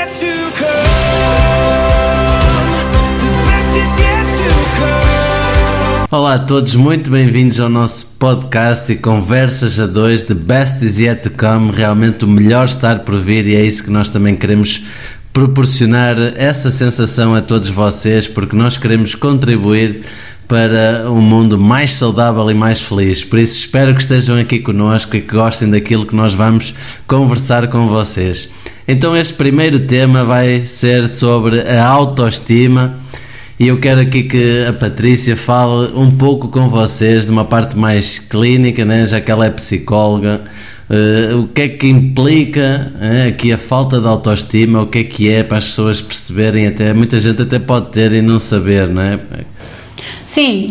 yet to come. The best is yet to come. Olá a todos, muito bem-vindos ao nosso podcast e conversas a dois. The best is yet to come. Realmente o melhor está por vir, e é isso que nós também queremos proporcionar, essa sensação a todos vocês, porque nós queremos contribuir para um mundo mais saudável e mais feliz. Por isso espero que estejam aqui connosco e que gostem daquilo que nós vamos conversar com vocês. Então este primeiro tema vai ser sobre a autoestima, e eu quero aqui que a Patrícia fale um pouco com vocês de uma parte mais clínica, né? Já que ela é psicóloga. O que é que implica aqui a falta de autoestima, o que é para as pessoas perceberem, até muita gente até pode ter e não saber, não é? Sim,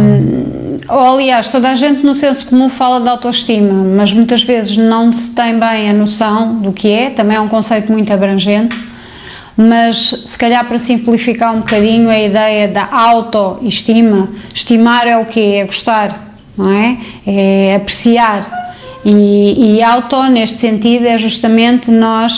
aliás, toda a gente no senso comum fala de autoestima, mas muitas vezes não se tem bem a noção do que é, também é um conceito muito abrangente, mas se calhar para simplificar um bocadinho a ideia da autoestima, estimar é o quê? É gostar, não é? É apreciar. E auto, neste sentido, é justamente nós,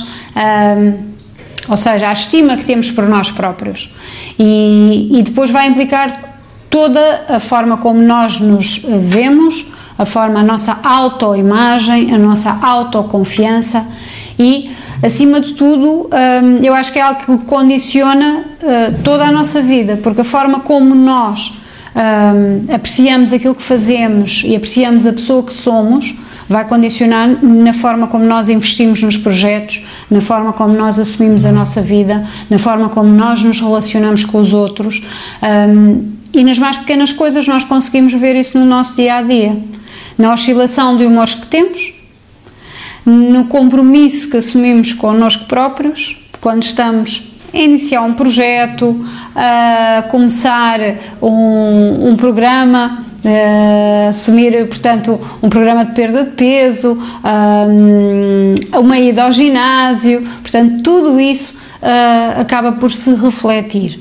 ou seja, a estima que temos por nós próprios. E depois vai implicar toda a forma como nós nos vemos, a nossa autoimagem, a nossa autoconfiança e, acima de tudo, eu acho que é algo que condiciona toda a nossa vida, porque a forma como nós apreciamos aquilo que fazemos e apreciamos a pessoa que somos vai condicionar na forma como nós investimos nos projetos, na forma como nós assumimos a nossa vida, na forma como nós nos relacionamos com os outros, e nas mais pequenas coisas nós conseguimos ver isso no nosso dia-a-dia, na oscilação de humores que temos, no compromisso que assumimos connosco próprios, quando estamos a iniciar um projeto, a começar um programa, assumir, portanto, um programa de perda de peso, uma ida ao ginásio, portanto, tudo isso acaba por se refletir.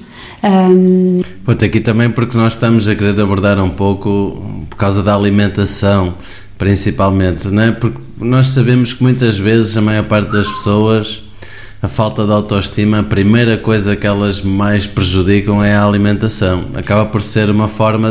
Aqui também porque nós estamos a querer abordar um pouco por causa da alimentação, principalmente, não é? Porque nós sabemos que muitas vezes a maior parte das pessoas, a falta de autoestima, a primeira coisa que elas mais prejudicam é a alimentação. Acaba por ser uma forma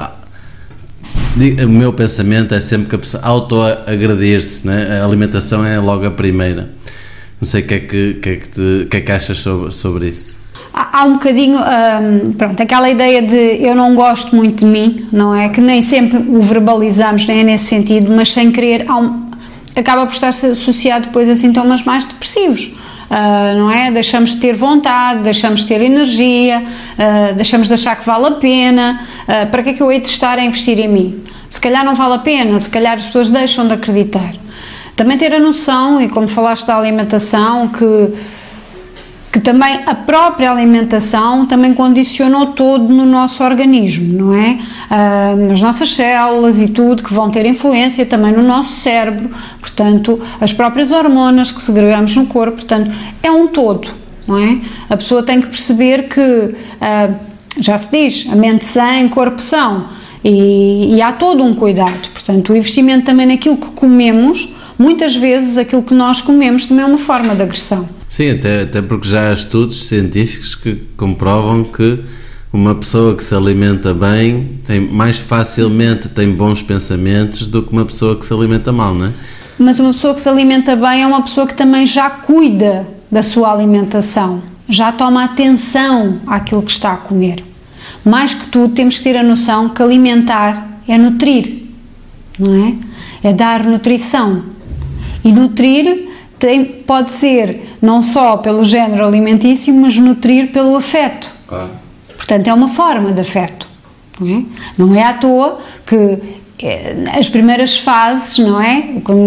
o meu pensamento é sempre que a pessoa auto-agredir-se, né? A alimentação é logo a primeira. Não sei o que é que achas sobre isso. Há um bocadinho, pronto, aquela ideia de eu não gosto muito de mim, não é? Que nem sempre o verbalizamos, nem é nesse sentido, mas sem querer, acaba por estar associado depois a sintomas mais depressivos. Não é? Deixamos de ter vontade, deixamos de ter energia, deixamos de achar que vale a pena. Para que é que eu hei de estar a investir em mim? Se calhar não vale a pena, se calhar as pessoas deixam de acreditar. Também ter a noção, e como falaste da alimentação, que também a própria alimentação também condiciona o todo no nosso organismo, não é? As nossas células e tudo, que vão ter influência também no nosso cérebro, portanto, as próprias hormonas que segregamos no corpo, portanto, é um todo, não é? A pessoa tem que perceber que, já se diz, a mente sã, corpo são, e há todo um cuidado, portanto, o investimento também naquilo que comemos, muitas vezes aquilo que nós comemos também é uma forma de agressão. Sim, até porque já há estudos científicos que comprovam que uma pessoa que se alimenta bem mais facilmente tem bons pensamentos do que uma pessoa que se alimenta mal, não é? Mas uma pessoa que se alimenta bem é uma pessoa que também já cuida da sua alimentação, já toma atenção àquilo que está a comer. Mais que tudo, temos que ter a noção que alimentar é nutrir, não é? É dar nutrição. E nutrir pode ser não só pelo género alimentício, mas nutrir pelo afeto. Claro. Portanto, é uma forma de afeto. Não é? Não é à toa que as primeiras fases, não é?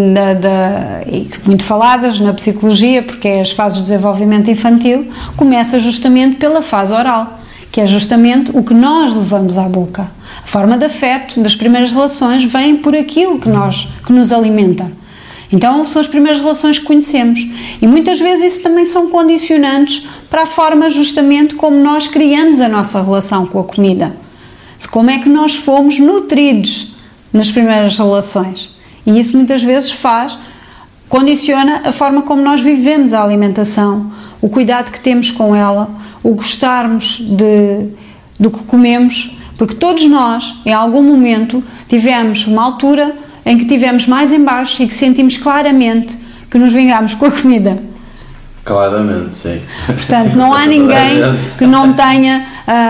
E muito faladas na psicologia, porque é as fases de desenvolvimento infantil, começa justamente pela fase oral, que é justamente o que nós levamos à boca. A forma de afeto das primeiras relações vem por aquilo que nos alimenta. Então são as primeiras relações que conhecemos e muitas vezes isso também são condicionantes para a forma justamente como nós criamos a nossa relação com a comida. Como é que nós fomos nutridos nas primeiras relações. E isso muitas vezes condiciona a forma como nós vivemos a alimentação, o cuidado que temos com ela, o gostarmos do que comemos, porque todos nós, em algum momento, tivemos uma altura em que estivemos mais em baixo e que sentimos claramente que nos vingámos com a comida. Claramente, sim. Portanto, não há ninguém que não tenha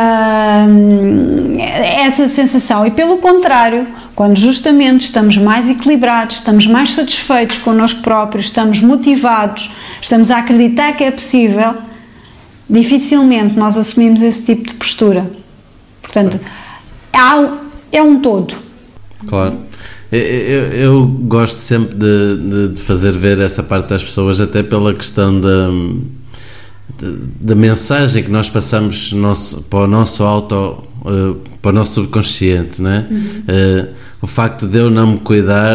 essa sensação. E pelo contrário, quando justamente estamos mais equilibrados, estamos mais satisfeitos connosco próprios, estamos motivados, estamos a acreditar que é possível, dificilmente nós assumimos esse tipo de postura. Portanto, é um todo. Claro. Eu gosto sempre de fazer ver essa parte das pessoas, até pela questão da mensagem que nós passamos para o nosso para o nosso subconsciente, não é? O facto de eu não me cuidar,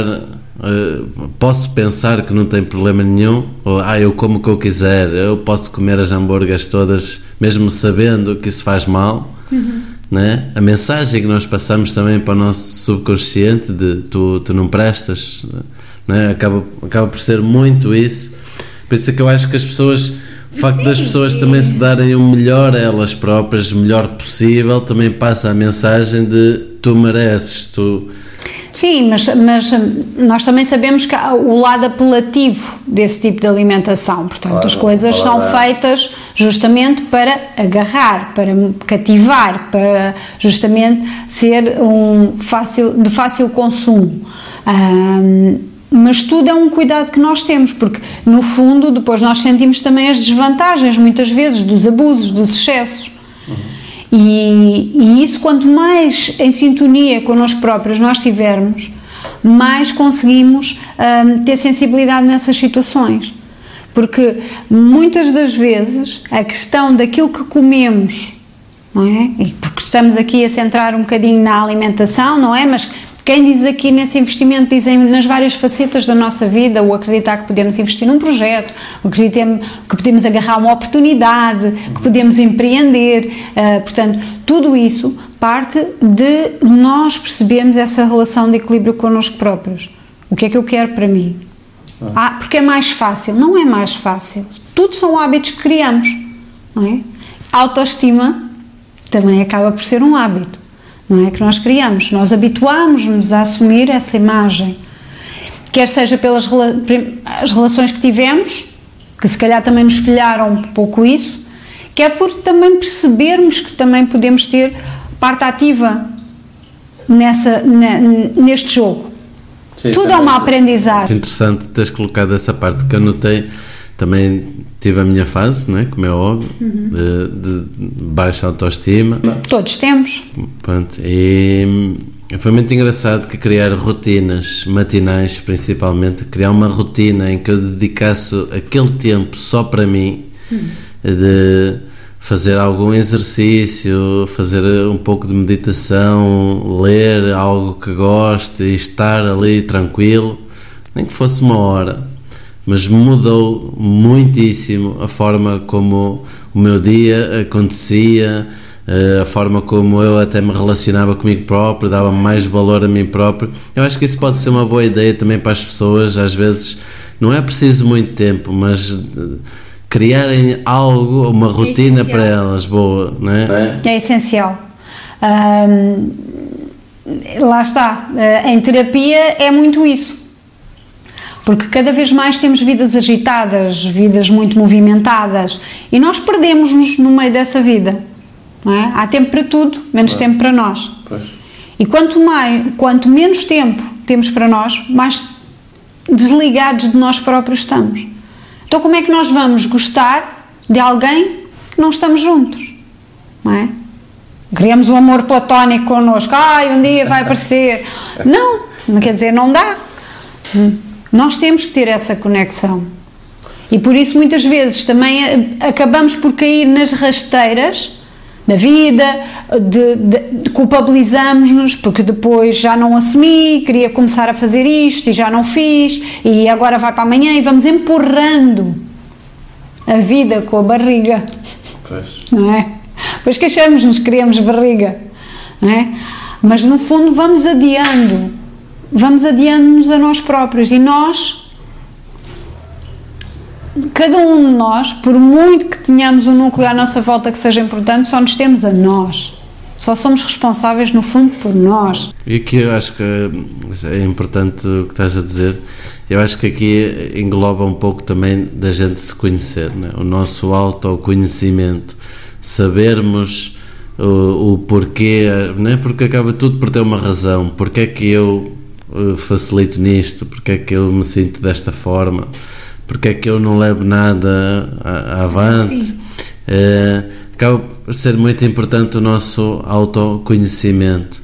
posso pensar que não tem problema nenhum, ou eu como o que eu quiser, eu posso comer as hambúrgueres todas, mesmo sabendo que isso faz mal. Né? A mensagem que nós passamos também para o nosso subconsciente de tu não prestas, né? acaba por ser muito isso. Por isso é que eu acho que as pessoas, o facto das pessoas também se darem o melhor a elas próprias, o melhor possível, também passa a mensagem de tu mereces, tu... Sim, mas nós também sabemos que há o lado apelativo desse tipo de alimentação. Portanto, claro, as coisas são feitas justamente para agarrar, para cativar, para justamente ser de fácil consumo. Mas tudo é um cuidado que nós temos, porque no fundo depois nós sentimos também as desvantagens, muitas vezes, dos abusos, dos excessos. E isso, quanto mais em sintonia connosco próprios nós tivermos, mais conseguimos ter sensibilidade nessas situações. Porque muitas das vezes a questão daquilo que comemos, não é? E porque estamos aqui a centrar um bocadinho na alimentação, não é? Mas quem diz aqui nesse investimento, dizem nas várias facetas da nossa vida, o acreditar que podemos investir num projeto, o acreditar que podemos agarrar uma oportunidade, que podemos empreender, portanto, tudo isso parte de nós percebermos essa relação de equilíbrio connosco próprios. O que é que eu quero para mim? Porque é mais fácil. Não é mais fácil. Tudo são hábitos que criamos, não é? A autoestima também acaba por ser um hábito. Não é que nós criamos, nós habituamos-nos a assumir essa imagem, quer seja pelas as relações que tivemos, que se calhar também nos espelharam um pouco isso, quer por também percebermos que também podemos ter parte ativa neste jogo. Sim, tudo é uma aprendizagem. Interessante teres colocado essa parte que eu notei. Também tive a minha fase, não é? Como é óbvio, de baixa autoestima. Todos temos. Pronto, e foi muito engraçado que criar rotinas matinais, principalmente, criar uma rotina em que eu dedicasse aquele tempo só para mim, de fazer algum exercício, fazer um pouco de meditação, ler algo que goste e estar ali tranquilo, nem que fosse uma hora. Mas mudou muitíssimo a forma como o meu dia acontecia, a forma como eu até me relacionava comigo próprio, dava mais valor a mim próprio. Eu acho que isso pode ser uma boa ideia também para as pessoas. Às vezes não é preciso muito tempo, mas criarem algo, uma rotina para elas boa, não é? É essencial. Lá está, em terapia é muito isso. Porque cada vez mais temos vidas agitadas, vidas muito movimentadas, e nós perdemos-nos no meio dessa vida, não é? Há tempo para tudo, menos tempo para nós. Pois. E quanto menos tempo temos para nós, mais desligados de nós próprios estamos. Então como é que nós vamos gostar de alguém que não estamos juntos? Não é? Criamos um amor platónico connosco, um dia vai aparecer. Não quer dizer, não dá. Nós temos que ter essa conexão. E por isso muitas vezes também acabamos por cair nas rasteiras da vida, culpabilizamos-nos porque depois já não assumi, queria começar a fazer isto e já não fiz, e agora vai para amanhã, e vamos empurrando a vida com a barriga. Pois. Não é? Pois queixamos-nos, queremos barriga, não é? Mas no fundo vamos adiando-nos a nós próprios, e nós cada um de nós, por muito que tenhamos um núcleo à nossa volta que seja importante, só nos temos a nós. Só somos responsáveis, no fundo, por nós. E aqui eu acho que é importante o que estás a dizer. Eu acho que aqui engloba um pouco também da gente se conhecer, né? O nosso autoconhecimento, sabermos o porquê, né? Porque acaba tudo por ter uma razão. Porque é que eu facilito nisto? Porque é que eu me sinto desta forma? Porque é que eu não levo nada avante? Acaba por ser muito importante o nosso autoconhecimento.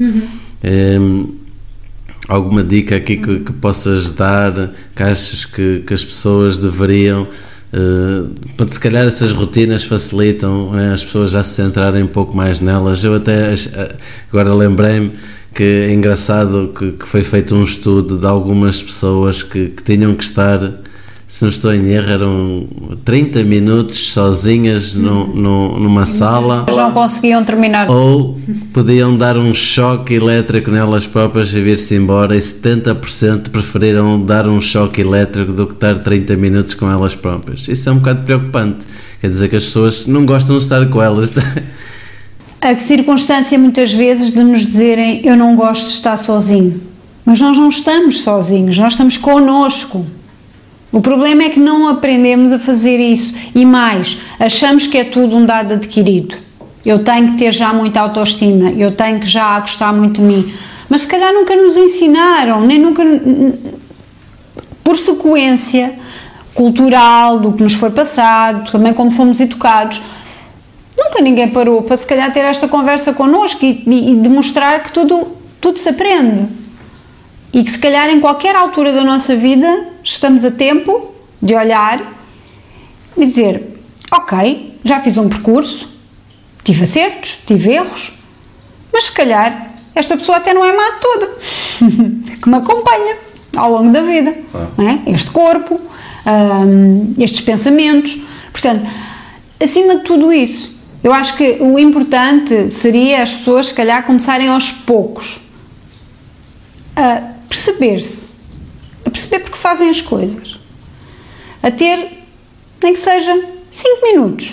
Alguma dica aqui que possas dar, que achas que as pessoas deveriam, para se calhar essas rotinas facilitam as pessoas já se centrarem um pouco mais nelas. Eu até agora lembrei-me que é engraçado que foi feito um estudo de algumas pessoas que tinham que estar, se não estou em erro, eram 30 minutos sozinhas numa sala. Não conseguiam terminar. Ou podiam dar um choque elétrico nelas próprias e vir-se embora, e 70% preferiram dar um choque elétrico do que estar 30 minutos com elas próprias. Isso é um bocado preocupante. Quer dizer que as pessoas não gostam de estar com elas. A circunstância muitas vezes de nos dizerem eu não gosto de estar sozinho. Mas nós não estamos sozinhos, nós estamos connosco. O problema é que não aprendemos a fazer isso e mais, achamos que é tudo um dado adquirido. Eu tenho que ter já muita autoestima, eu tenho que já gostar muito de mim, mas se calhar nunca nos ensinaram, nem nunca, por sequência cultural do que nos foi passado, também como fomos educados, nunca ninguém parou para se calhar ter esta conversa connosco e demonstrar que tudo se aprende. E que se calhar em qualquer altura da nossa vida estamos a tempo de olhar e dizer, ok, já fiz um percurso, tive acertos, tive erros, mas se calhar esta pessoa até não é má toda, que me acompanha ao longo da vida, não é? Este corpo, estes pensamentos, portanto, acima de tudo isso, eu acho que o importante seria as pessoas se calhar começarem aos poucos a perceber-se, a perceber porque fazem as coisas, a ter, nem que seja 5 minutos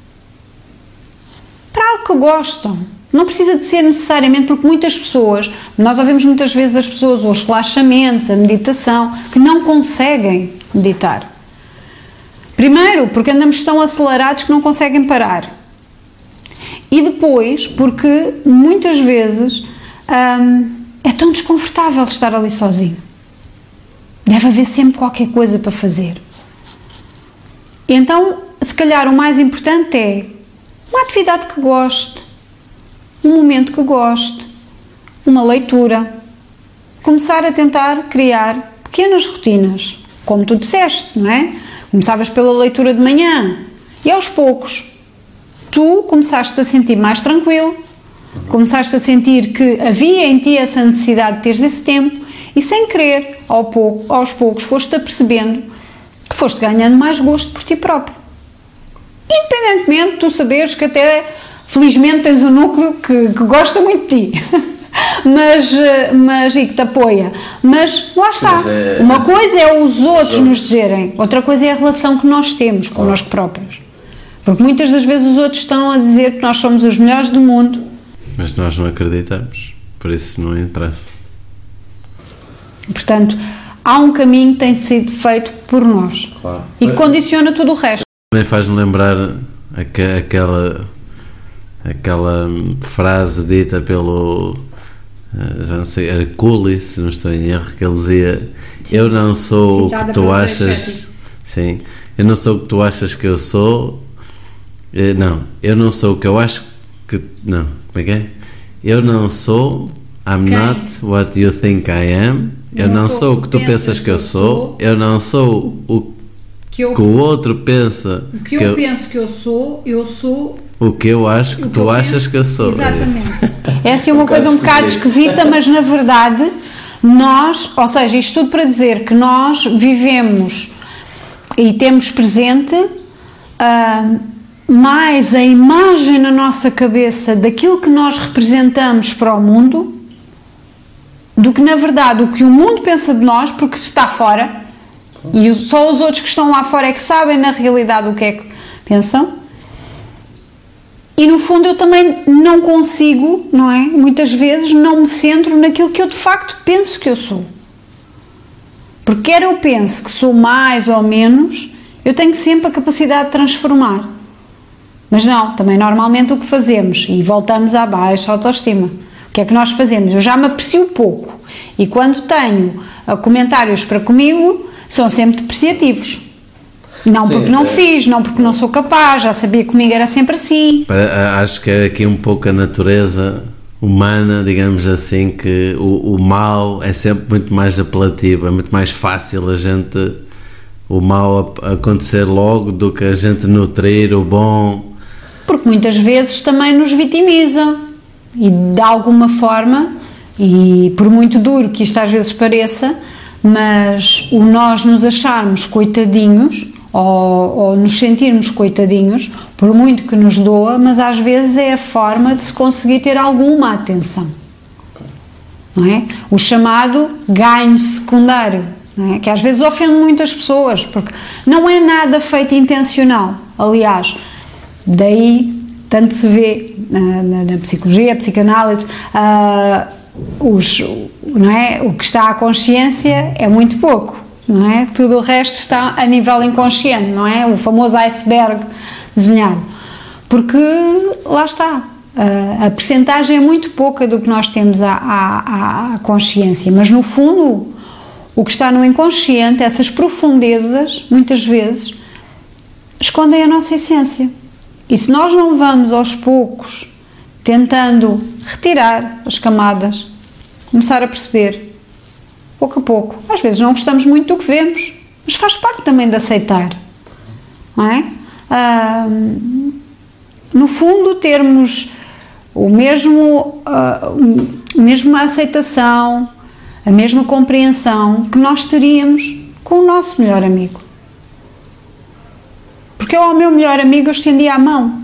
para algo que gostam. Não precisa de ser necessariamente, porque muitas pessoas, nós ouvimos muitas vezes as pessoas, os relaxamentos, a meditação, que não conseguem meditar. Primeiro, porque andamos tão acelerados que não conseguem parar. E depois, porque muitas vezes é tão desconfortável estar ali sozinho. Deve haver sempre qualquer coisa para fazer. Então, se calhar o mais importante é uma atividade que goste, um momento que goste, uma leitura. Começar a tentar criar pequenas rotinas, como tu disseste, não é? Começavas pela leitura de manhã e aos poucos tu começaste a sentir mais tranquilo, começaste a sentir que havia em ti essa necessidade de teres esse tempo e sem querer, aos poucos, foste apercebendo que foste ganhando mais gosto por ti próprio. Independentemente de tu saberes que até, felizmente, tens um núcleo que gosta muito de ti, mas e que te apoia. Mas lá está. Uma coisa é os outros nos dizerem, outra coisa é a relação que nós temos connosco próprios. Porque muitas das vezes os outros estão a dizer que nós somos os melhores do mundo. Mas nós não acreditamos, por isso não interessa. Portanto, há um caminho que tem sido feito por nós. Claro. E que condiciona tudo o resto. Também faz-me lembrar aquela frase dita pelo, já não sei, Hercules, se não estou em erro, que ele dizia: sim, eu não sou o que tu achas. Sim, eu não sou o que tu achas que eu sou. Não, eu não sou o que eu acho que. Não, como é que é? Eu não sou. I'm not what you think I am. Eu não sou o que tu pensas que eu sou. Eu não sou o que o outro pensa. O que eu penso que eu sou o que eu acho que tu achas que eu sou. Exatamente. É assim uma coisa um bocado esquisita, mas na verdade nós, ou seja, isto tudo para dizer que nós vivemos e temos presente mais a imagem na nossa cabeça daquilo que nós representamos para o mundo do que na verdade o que o mundo pensa de nós, porque está fora E só os outros que estão lá fora é que sabem na realidade o que é que pensam. E no fundo eu também não consigo, não é? Muitas vezes não me centro naquilo que eu de facto penso que eu sou. Porque quer eu pense que sou mais ou menos, eu tenho sempre a capacidade de transformar. Mas não, também normalmente o que fazemos, e voltamos à baixa autoestima, o que é que nós fazemos? Eu já me aprecio pouco, e quando tenho comentários para comigo, são sempre depreciativos. Não porque não fiz, não porque não sou capaz, já sabia que comigo era sempre assim. Acho que é aqui um pouco a natureza humana, digamos assim, que o mal é sempre muito mais apelativo, é muito mais fácil o mal acontecer logo do que a gente nutrir o bom. Porque muitas vezes também nos vitimiza e de alguma forma, e por muito duro que isto às vezes pareça, mas o nós nos acharmos coitadinhos ou nos sentirmos coitadinhos, por muito que nos doa, mas às vezes é a forma de se conseguir ter alguma atenção, não é? O chamado ganho secundário, não é? Que às vezes ofende muitas pessoas, porque não é nada feito intencional. Aliás, daí tanto se vê na psicologia, psicanálise, não é? O que está à consciência é muito pouco, não é? Tudo o resto está a nível inconsciente, não é? O famoso iceberg desenhado, porque lá está, a percentagem é muito pouca do que nós temos à consciência, mas no fundo o que está no inconsciente, essas profundezas, muitas vezes escondem a nossa essência, e se nós não vamos aos poucos tentando retirar as camadas, começar a perceber pouco a pouco, às vezes não gostamos muito do que vemos, mas faz parte também de aceitar, não é? No fundo, termos a mesma aceitação, a mesma compreensão que nós teríamos com o nosso melhor amigo. Porque eu ao meu melhor amigo eu estendia a mão,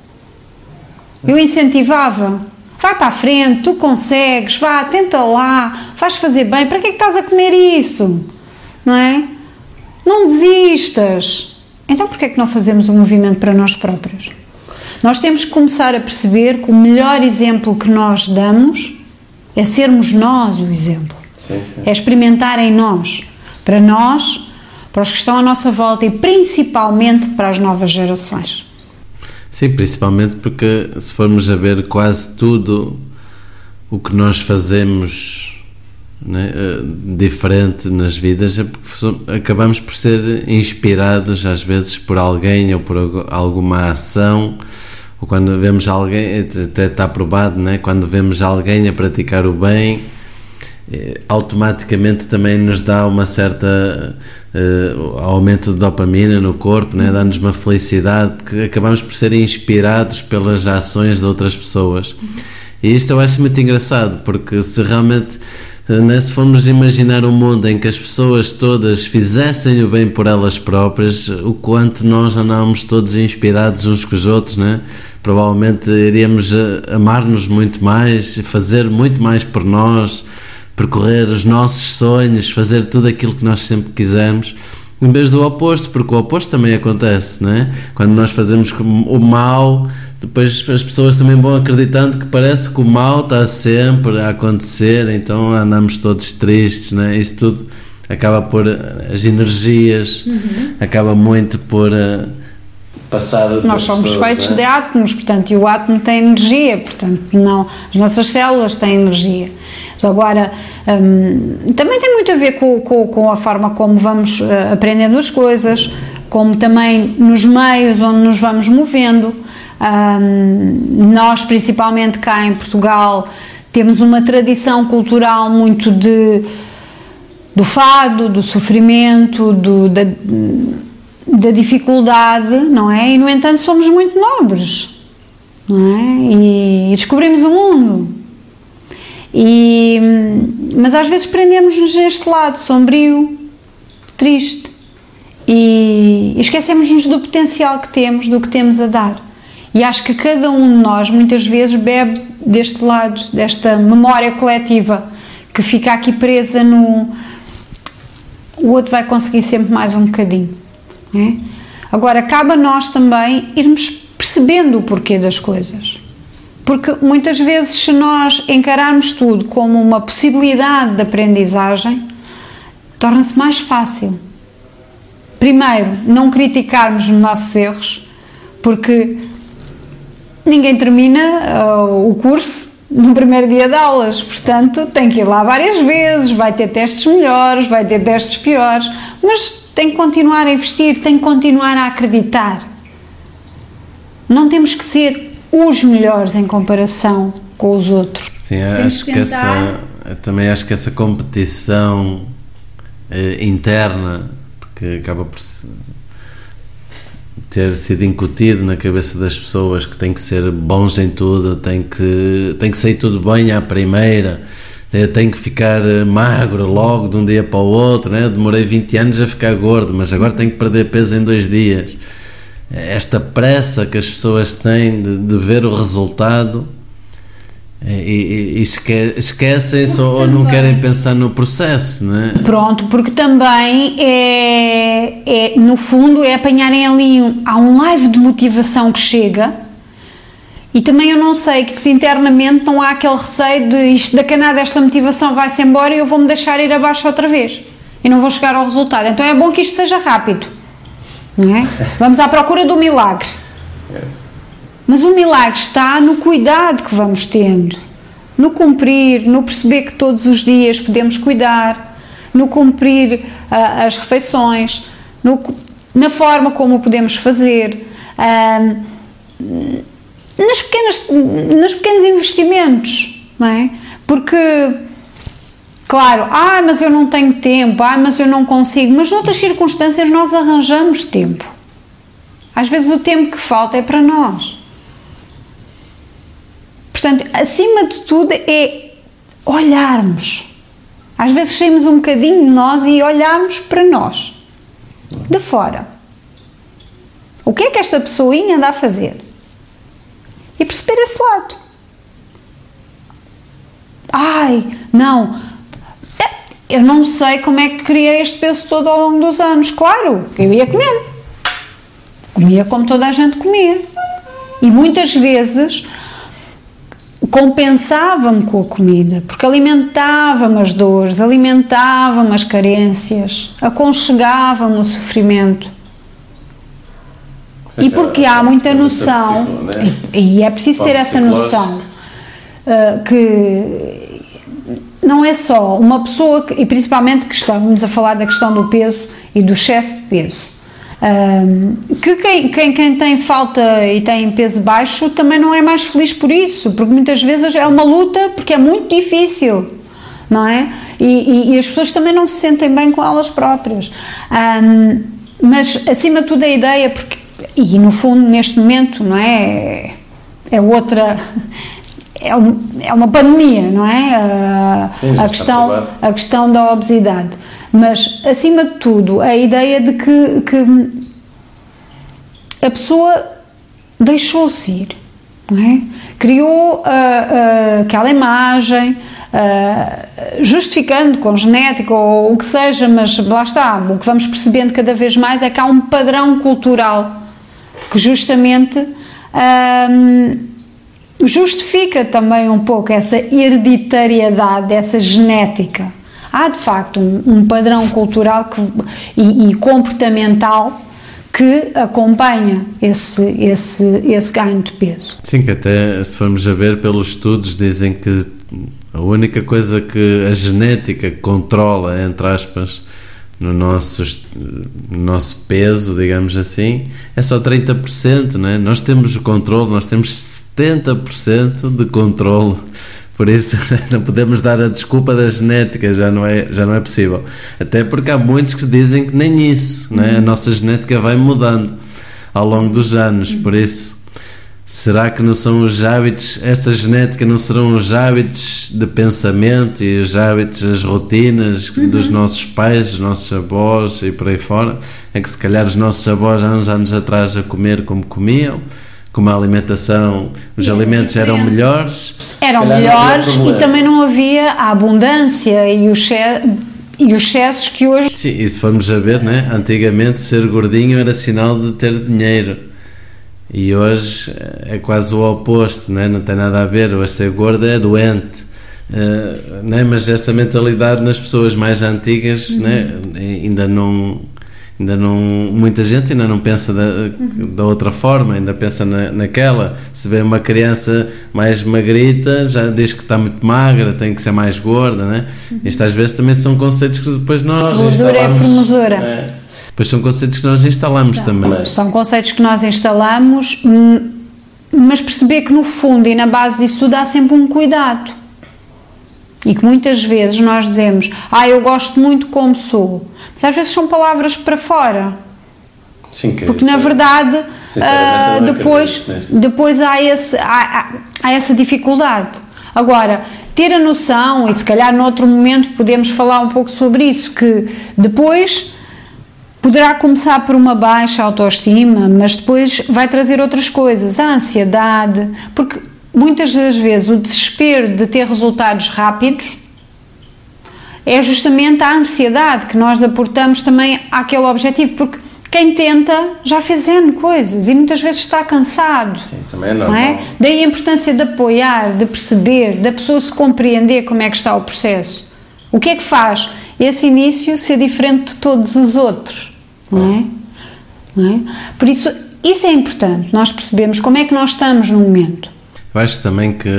eu incentivava: vai para a frente, tu consegues, vá, tenta lá, vais fazer bem, para que é que estás a comer isso? Não é? Não desistas. Então porquê é que não fazemos um movimento para nós próprios? Nós temos que começar a perceber que o melhor exemplo que nós damos é sermos nós o exemplo. Sim. É experimentar em nós, para os que estão à nossa volta e principalmente para as novas gerações. Sim, principalmente porque se formos a ver quase tudo o que nós fazemos, né, diferente nas vidas, é porque acabamos por ser inspirados às vezes por alguém ou por alguma ação, ou quando vemos alguém, até está provado, né, quando vemos alguém a praticar o bem, automaticamente também nos dá uma certa aumento de dopamina no corpo, né? Dá-nos uma felicidade, porque acabamos por ser inspirados pelas ações de outras pessoas. E isto eu acho muito engraçado, porque se realmente, né, se formos imaginar um mundo em que as pessoas todas fizessem o bem por elas próprias, o quanto nós andávamos todos inspirados uns com os outros, né? Provavelmente iríamos amar-nos muito mais, fazer muito mais por nós, percorrer os nossos sonhos, fazer tudo aquilo que nós sempre quisermos, em vez do oposto, porque o oposto também acontece, não é? Quando nós fazemos o mal, depois as pessoas também vão acreditando que parece que o mal está sempre a acontecer, então andamos todos tristes, não é? Isso tudo acaba por as energias, acaba muito por passar. Nós somos feitos de átomos, portanto, e o átomo tem energia, portanto, não, as nossas células têm energia. Mas agora, também tem muito a ver com a forma como vamos aprendendo as coisas, como também nos meios onde nos vamos movendo. Nós, principalmente cá em Portugal, temos uma tradição cultural muito do fado, do sofrimento, da dificuldade, não é? E, no entanto, somos muito nobres, não é? E descobrimos o mundo. Mas às vezes prendemos-nos neste lado sombrio, triste, e esquecemos-nos do potencial que temos, do que temos a dar. E acho que cada um de nós muitas vezes bebe deste lado, desta memória coletiva que fica aqui presa o outro vai conseguir sempre mais um bocadinho, não é? Agora, cabe a nós também irmos percebendo o porquê das coisas. Porque muitas vezes, se nós encararmos tudo como uma possibilidade de aprendizagem, torna-se mais fácil. Primeiro, não criticarmos os nossos erros, porque ninguém termina o curso no primeiro dia de aulas, portanto tem que ir lá várias vezes, vai ter testes melhores, vai ter testes piores, mas tem que continuar a investir, tem que continuar a acreditar. Não temos que ser os melhores em comparação com os outros. Sim, também acho que essa competição interna, porque acaba por ter sido incutido na cabeça das pessoas que tem que ser bons em tudo, tem que sair tudo bem à primeira, tem que ficar magro logo de um dia para o outro, né? Demorei 20 anos a ficar gordo, mas agora tenho que perder peso em 2 dias. Esta pressa que as pessoas têm de ver o resultado e esquecem-se ou não querem pensar no processo, não é? Pronto, porque também no fundo é apanharem ali há um live de motivação que chega, e também eu não sei que se internamente não há aquele receio de isto da canada, esta motivação vai-se embora e eu vou-me deixar ir abaixo outra vez e não vou chegar ao resultado. Então é bom que isto seja rápido, não é? Vamos à procura do milagre. Mas o milagre está no cuidado que vamos tendo, no cumprir, no perceber que todos os dias podemos cuidar, no cumprir as refeições, na forma como o podemos fazer, nos pequenos investimentos, não é? Porque, claro, mas eu não tenho tempo, mas eu não consigo, mas noutras circunstâncias nós arranjamos tempo. Às vezes o tempo que falta é para nós. Portanto, acima de tudo é olharmos. Às vezes saímos um bocadinho de nós e olharmos para nós, de fora. O que é que esta pessoinha anda a fazer? E perceber esse lado. Eu não sei como é que criei este peso todo ao longo dos anos. Claro, eu ia comendo. Comia como toda a gente comia. E muitas vezes compensava-me com a comida, porque alimentava-me as dores, alimentava-me as carências, aconchegava-me o sofrimento. E porque há muita noção, e é preciso ter essa noção, que não é só uma pessoa, e principalmente que estamos a falar da questão do peso e do excesso de peso, que quem tem falta e tem peso baixo também não é mais feliz por isso, porque muitas vezes é uma luta, porque é muito difícil, não é? E as pessoas também não se sentem bem com elas próprias. Mas acima de tudo a ideia, porque, e no fundo neste momento, não é? É outra... É uma pandemia, não é? A questão da obesidade. Mas, acima de tudo, a ideia de que a pessoa deixou-se ir, não é? Criou aquela imagem, justificando com genética ou o que seja, mas lá está, o que vamos percebendo cada vez mais é que há um padrão cultural que justamente justifica também um pouco essa hereditariedade, essa genética. Há de facto um padrão cultural e comportamental que acompanha esse ganho de peso. Sim, que até se formos a ver pelos estudos dizem que a única coisa que a genética controla, entre aspas, no nosso peso, digamos assim, é só 30%, não é? Nós temos o controle, nós temos 70% de controle. Por isso não podemos dar a desculpa da genética, já não é possível. Até porque há muitos que dizem que nem isso, não é? A nossa genética vai mudando ao longo dos anos, por isso será que não são os hábitos, essa genética não serão os hábitos de pensamento e os hábitos, as rotinas dos nossos pais, dos nossos avós e por aí fora? É que se calhar os nossos avós há uns anos atrás a comer como comiam, como a alimentação, os alimentos eram melhores. Eram melhores e também não havia a abundância e os excessos que hoje... Sim, e se formos a ver, né? Antigamente ser gordinho era sinal de ter dinheiro. E hoje é quase o oposto, né? Não tem nada a ver. Hoje ser gordo é doente. Né? Mas essa mentalidade nas pessoas mais antigas, né? ainda não, muita gente ainda não pensa da outra forma, ainda pensa naquela. Se vê uma criança mais magrita, já diz que está muito magra, tem que ser mais gorda, né? Isto às vezes também são conceitos que depois nós gordura é formosura. Né? Depois são conceitos que nós instalamos também. São conceitos que nós instalamos, mas perceber que no fundo e na base disso tudo há sempre um cuidado. E que muitas vezes nós dizemos, eu gosto muito como sou. Mas às vezes são palavras para fora. Sim, que porque na verdade depois há essa dificuldade. Agora, ter a noção, e se calhar noutro momento podemos falar um pouco sobre isso, que depois poderá começar por uma baixa autoestima, mas depois vai trazer outras coisas, a ansiedade, porque muitas das vezes o desespero de ter resultados rápidos é justamente a ansiedade que nós aportamos também àquele objetivo, porque quem tenta já fez N coisas e muitas vezes está cansado. Sim, também é normal. Não é? Daí a importância de apoiar, de perceber, da pessoa se compreender como é que está o processo. O que é que faz esse início ser diferente de todos os outros? Não é? Não é? Por isso é importante, nós percebemos como é que nós estamos no momento. Eu acho também que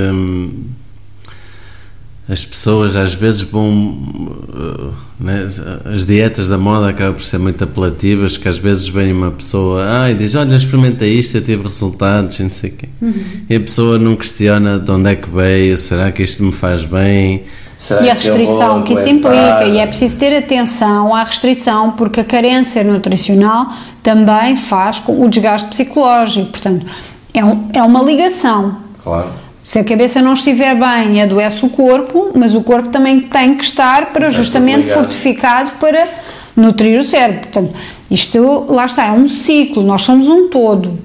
as pessoas às vezes vão, né, as dietas da moda acabam por ser muito apelativas, que às vezes vem uma pessoa e diz, olha, experimenta isto, eu tive resultados, não sei o quê. E a pessoa não questiona de onde é que veio, será que isto me faz bem? E a restrição que isso implica, e é preciso ter atenção à restrição, porque a carência nutricional também faz com o desgaste psicológico, portanto, é uma ligação. Claro. Se a cabeça não estiver bem, adoece o corpo, mas o corpo também tem que estar para justamente fortificado para nutrir o cérebro. Portanto, isto, lá está, é um ciclo, nós somos um todo.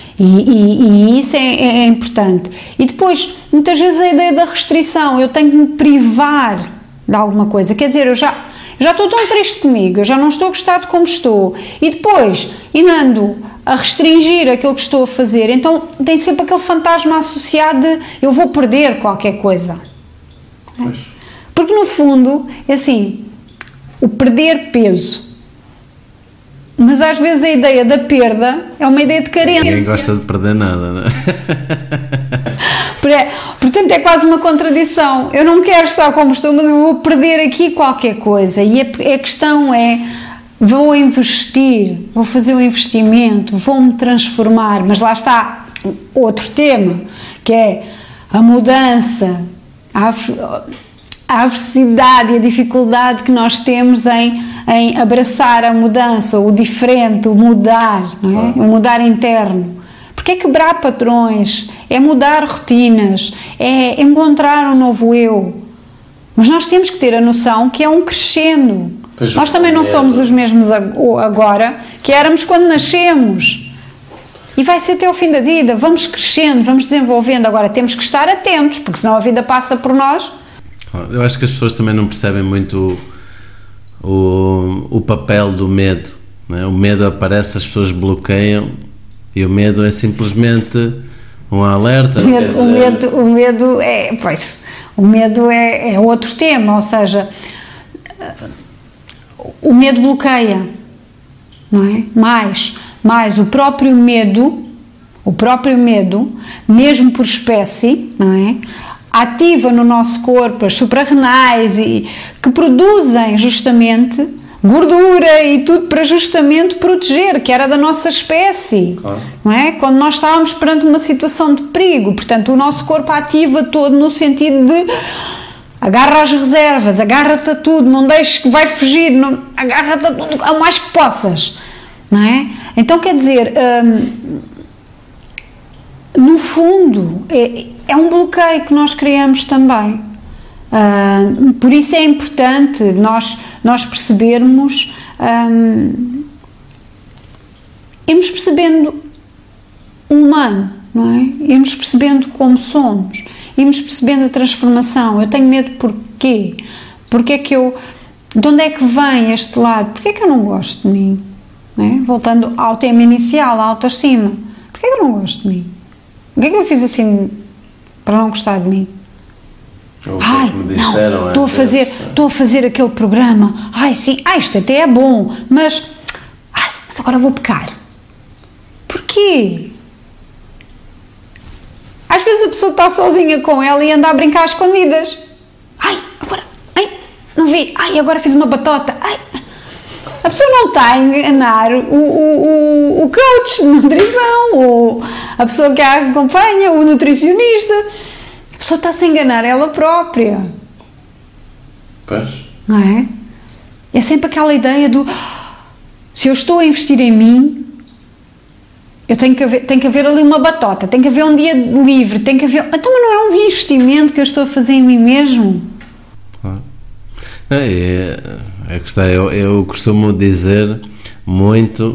E isso é importante. E depois, muitas vezes a ideia da restrição, eu tenho que me privar de alguma coisa, quer dizer, eu já estou tão triste comigo, eu já não estou gostado como estou, e depois, ainda ando a restringir aquilo que estou a fazer, então tem sempre aquele fantasma associado de eu vou perder qualquer coisa. Pois. Porque no fundo, é assim, o perder peso. Mas às vezes a ideia da perda é uma ideia de carência. Ninguém gosta de perder nada, não é? Portanto, é quase uma contradição. Eu não quero estar como estou, mas eu vou perder aqui qualquer coisa. E a questão é, vou investir, vou fazer um investimento, vou-me transformar. Mas lá está outro tema, que é a mudança, a adversidade e a dificuldade que nós temos em abraçar a mudança, o diferente, o mudar, não é? O mudar interno. Porque é quebrar padrões, é mudar rotinas, é encontrar um novo eu. Mas nós temos que ter a noção que é um crescendo. Nós também não somos os mesmos agora que éramos quando nascemos. E vai ser até o fim da vida. Vamos crescendo, vamos desenvolvendo. Agora temos que estar atentos, porque senão a vida passa por nós. Eu acho que as pessoas também não percebem muito o papel do medo, não é? O medo aparece, as pessoas bloqueiam e o medo é simplesmente um alerta. O medo é outro tema, ou seja, o medo bloqueia, não é? Mais o próprio medo, mesmo por espécie, não é? Ativa no nosso corpo as suprarrenais e que produzem justamente gordura e tudo para justamente proteger, que era da nossa espécie, claro. Não é? Quando nós estávamos perante uma situação de perigo, portanto o nosso corpo ativa todo no sentido de agarra as reservas, agarra-te a tudo, não deixes que vai fugir, agarra-te a tudo, ao mais que possas, não é? Então quer dizer, no fundo é um bloqueio que nós criamos também. Por isso é importante nós percebermos, irmos percebendo o humano, não é? Irmos percebendo como somos, irmos percebendo a transformação. Eu tenho medo porquê? Porque é que eu De onde é que vem este lado? Porquê é que eu não gosto de mim? Não é? Voltando ao tema inicial, à autoestima. Porquê é que eu não gosto de mim? O que é que eu fiz assim para não gostar de mim? Ai, não, estou a fazer aquele programa. Ai, sim, isto até é bom, mas agora vou pecar. Porquê? Às vezes a pessoa está sozinha com ela e anda a brincar às escondidas. Não vi, agora fiz uma batota. A pessoa não está a enganar o coach de nutrição, ou a pessoa que a acompanha, o nutricionista. A pessoa está-se a enganar ela própria. Pois. Não é? É sempre aquela ideia do se eu estou a investir em mim, eu tem que haver ali uma batota, tem que haver um dia livre, tem que haver. Então, mas não é um investimento que eu estou a fazer em mim mesmo? Claro. Eu costumo dizer muito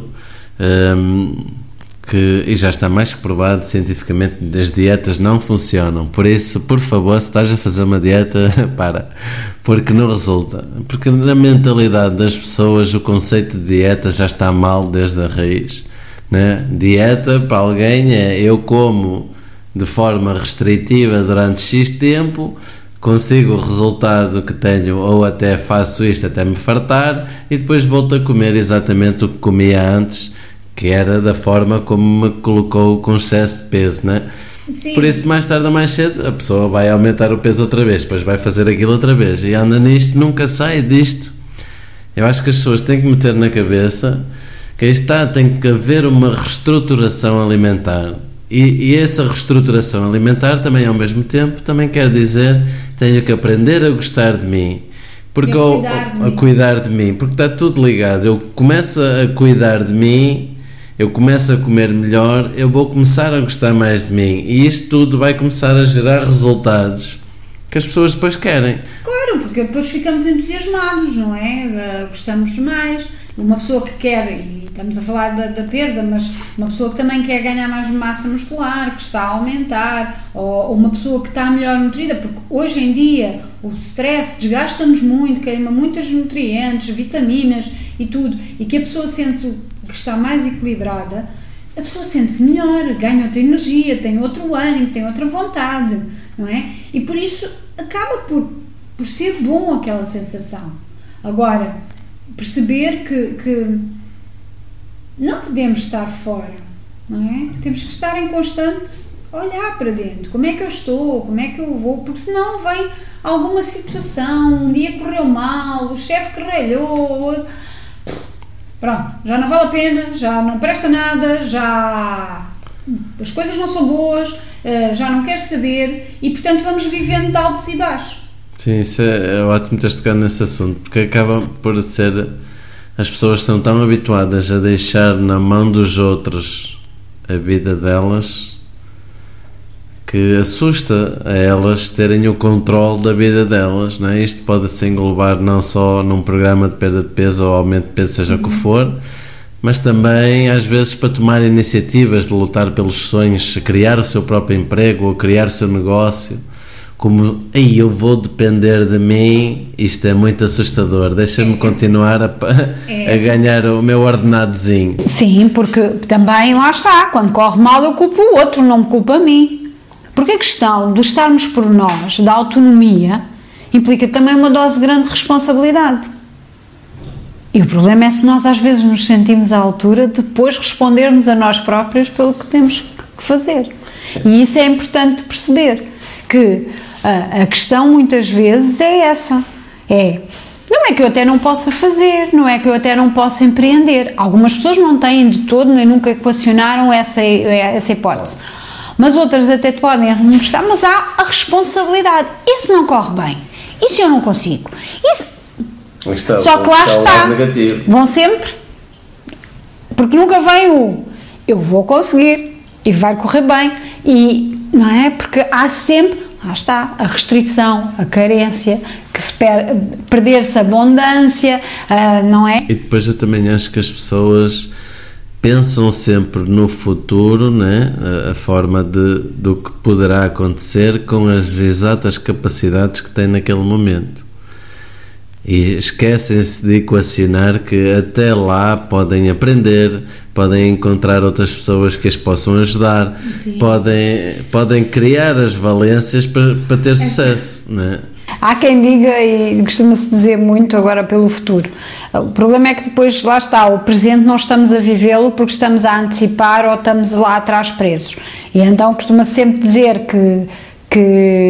que, e já está mais que provado cientificamente, as dietas não funcionam. Por isso, por favor, se estás a fazer uma dieta, porque não resulta. Porque na mentalidade das pessoas o conceito de dieta já está mal desde a raiz, né? Dieta para alguém é eu como de forma restritiva durante X tempo, consigo o resultado que tenho, ou até faço isto até me fartar e depois volto a comer exatamente o que comia antes, que era da forma como me colocou com excesso de peso, né? Sim. Por isso, mais tarde ou mais cedo, a pessoa vai aumentar o peso outra vez, depois vai fazer aquilo outra vez e anda nisto, nunca sai disto. Eu acho que as pessoas têm que meter na cabeça que aí está, tem que haver uma reestruturação alimentar. E essa reestruturação alimentar também, ao mesmo tempo, também quer dizer tenho que aprender a gostar de mim, porque a cuidar de mim, porque está tudo ligado. Eu começo a cuidar de mim, eu começo a comer melhor, eu vou começar a gostar mais de mim, e isto tudo vai começar a gerar resultados que as pessoas depois querem. Claro, porque depois ficamos entusiasmados, não é? Gostamos mais. Uma pessoa que quer, e estamos a falar da perda, mas uma pessoa que também quer ganhar mais massa muscular, que está a aumentar, ou uma pessoa que está melhor nutrida, porque hoje em dia o stress desgasta-nos muito, queima muitos nutrientes, vitaminas e tudo, e que a pessoa sente-se que está mais equilibrada, a pessoa sente-se melhor, ganha outra energia, tem outro ânimo, tem outra vontade, não é? E por isso acaba por ser bom aquela sensação. Agora, perceber que não podemos estar fora, não é? Temos que estar em constante olhar para dentro, como é que eu estou, como é que eu vou, porque senão vem alguma situação, um dia correu mal, o chefe que ralhou, pronto, já não vale a pena, já não presta nada, já as coisas não são boas, já não quero saber, e portanto vamos vivendo de altos e baixos. Sim, isso é ótimo teres tocado nesse assunto, porque acaba por ser, as pessoas estão tão habituadas a deixar na mão dos outros a vida delas, que assusta a elas terem o controle da vida delas, não é? Isto pode-se englobar não só num programa de perda de peso ou aumento de peso, seja o que for, mas também às vezes para tomar iniciativas de lutar pelos sonhos, criar o seu próprio emprego ou criar o seu negócio. Como, aí eu vou depender de mim, isto é muito assustador, deixa-me continuar a ganhar o meu ordenadozinho. Sim, porque também lá está, quando corre mal eu culpo o outro, não me culpo a mim. Porque a questão de estarmos por nós, da autonomia, implica também uma dose grande de responsabilidade. E o problema é se nós às vezes nos sentimos à altura de depois respondermos a nós próprios pelo que temos que fazer. E isso é importante perceber, que a questão muitas vezes é essa, não é que eu até não possa fazer, não é que eu até não possa empreender. Algumas pessoas não têm de todo, nem nunca equacionaram essa hipótese, mas outras até podem não gostar, mas há a responsabilidade. E se não corre bem? E se eu não consigo? Só que lá está, vão sempre, porque nunca vem eu vou conseguir e vai correr bem, e não é? Porque há sempre, lá está, a restrição, a carência, que se perder-se a abundância, não é? E depois eu também acho que as pessoas pensam sempre no futuro, né? A forma do que poderá acontecer com as exatas capacidades que têm naquele momento. e esquecem-se de equacionar que até lá podem aprender, podem encontrar outras pessoas que as possam ajudar, podem criar as valências para ter sucesso, não é? Há quem diga, e costuma-se dizer muito agora pelo futuro, o problema é que depois, lá está, o presente não estamos a vivê-lo porque estamos a antecipar ou estamos lá atrás presos. E então costuma-se sempre dizer que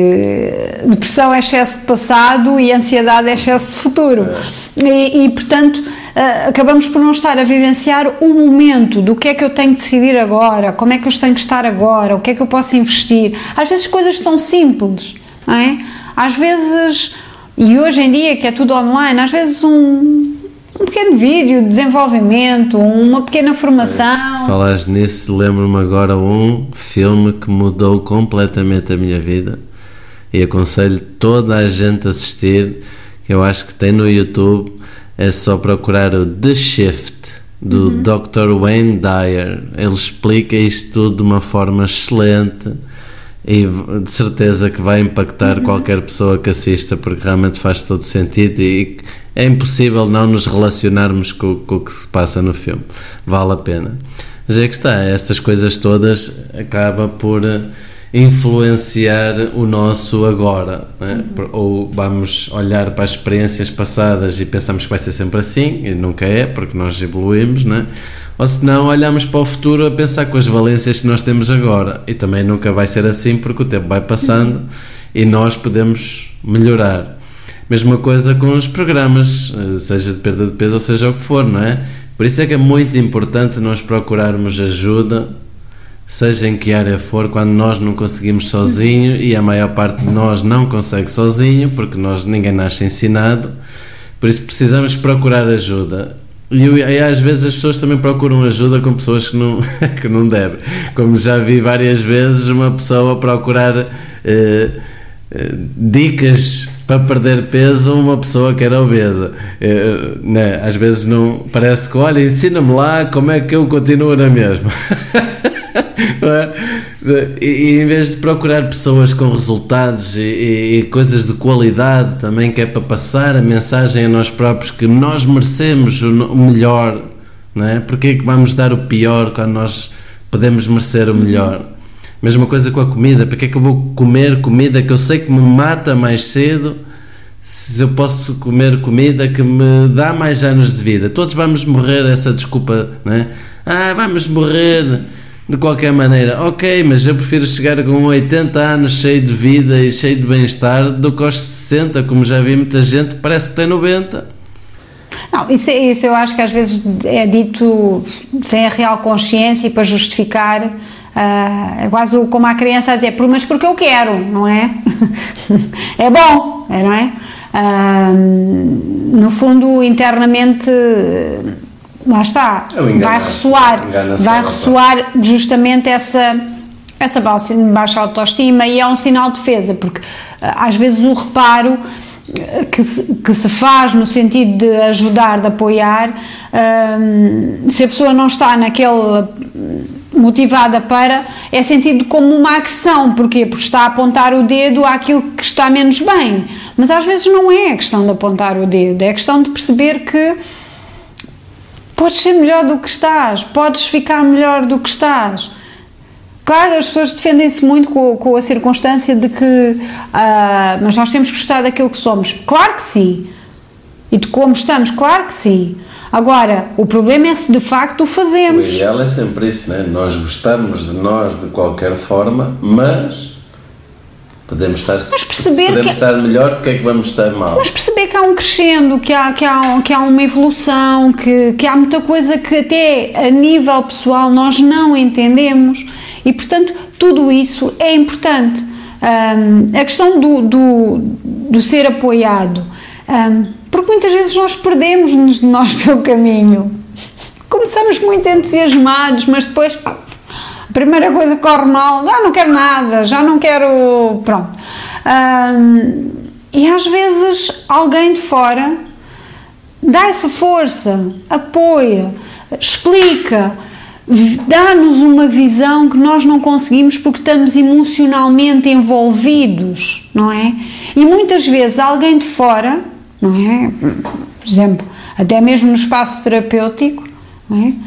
depressão é excesso de passado e ansiedade é excesso de futuro. E portanto, acabamos por não estar a vivenciar o momento do que é que eu tenho que decidir agora, como é que eu tenho que estar agora, o que é que eu posso investir. Às vezes coisas tão simples, não é? Às vezes, e hoje em dia que é tudo online, às vezes um pequeno vídeo de desenvolvimento, uma pequena formação. Falaste nisso, lembro-me agora um filme que mudou completamente a minha vida e aconselho toda a gente a assistir, que eu acho que tem no YouTube, é só procurar o The Shift, do Dr. Wayne Dyer. Ele explica isto tudo de uma forma excelente e de certeza que vai impactar qualquer pessoa que assista, porque realmente faz todo sentido e é impossível não nos relacionarmos com o que se passa no filme. Vale a pena. Mas é que está, estas coisas todas acabam por influenciar o nosso agora, não é? Ou vamos olhar para as experiências passadas e pensamos que vai ser sempre assim, e nunca é, porque nós evoluímos, não é? Ou se não, olhamos para o futuro a pensar com as valências que nós temos agora, e também nunca vai ser assim, porque o tempo vai passando e nós podemos melhorar. Mesma coisa com os programas, seja de perda de peso ou seja o que for, não é? Por isso é que é muito importante nós procurarmos ajuda, seja em que área for, quando nós não conseguimos sozinho, e a maior parte de nós não consegue sozinho, porque ninguém nasce ensinado, por isso precisamos procurar ajuda. E às vezes as pessoas também procuram ajuda com pessoas que não devem, como já vi várias vezes uma pessoa procurar dicas para perder peso a uma pessoa que era obesa. Né? Às vezes não, parece que, olha, ensina-me lá como é que eu continuo na mesma. Não é? E em vez de procurar pessoas com resultados e coisas de qualidade também, que é para passar a mensagem a nós próprios que nós merecemos o melhor, não é? Porque é que vamos dar o pior quando nós podemos merecer o melhor? Mesma coisa com a comida. Porque é que eu vou comer comida que eu sei que me mata mais cedo, se eu posso comer comida que me dá mais anos de vida? Todos vamos morrer, essa desculpa, não é? Vamos morrer de qualquer maneira. Ok, mas eu prefiro chegar com 80 anos cheio de vida e cheio de bem-estar do que aos 60, como já vi muita gente que parece que tem 90. Não, isso eu acho que às vezes é dito sem a real consciência e para justificar. É quase como a criança a dizer, mas porque eu quero, não é? É bom, não é? No fundo, internamente, lá está, vai ressoar justamente essa baixa autoestima, e é um sinal de defesa, porque às vezes o reparo que se faz no sentido de ajudar, de apoiar, se a pessoa não está motivada para, é sentido como uma agressão. Porquê? Porque está a apontar o dedo àquilo que está menos bem, mas às vezes não é a questão de apontar o dedo, é a questão de perceber que podes ser melhor do que estás, podes ficar melhor do que estás. Claro, as pessoas defendem-se muito com a circunstância de que mas nós temos que gostar daquilo que somos. Claro que sim. E de como estamos, claro que sim. Agora, o problema é se de facto o fazemos. O ideal é sempre isso, né? Nós gostamos de nós de qualquer forma, mas podemos estar, estar melhor, porque é que vamos estar mal? Mas perceber que há um crescendo, que há uma evolução, que há muita coisa que até a nível pessoal nós não entendemos, e portanto tudo isso é importante. A questão do ser apoiado, porque muitas vezes nós perdemos-nos de nós pelo caminho. Começamos muito entusiasmados, mas depois a primeira coisa que corre mal, não quero nada, já não quero, pronto. E às vezes alguém de fora dá essa força, apoia, explica, dá-nos uma visão que nós não conseguimos porque estamos emocionalmente envolvidos, não é? E muitas vezes alguém de fora não é? Por exemplo, até mesmo no espaço terapêutico, não é?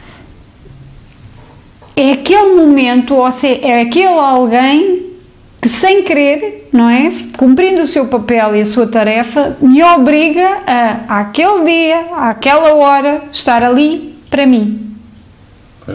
É aquele momento, ou seja, é aquele alguém que sem querer, não é? Cumprindo o seu papel e a sua tarefa, me obriga a, àquele dia, àquela hora, estar ali para mim. Pois.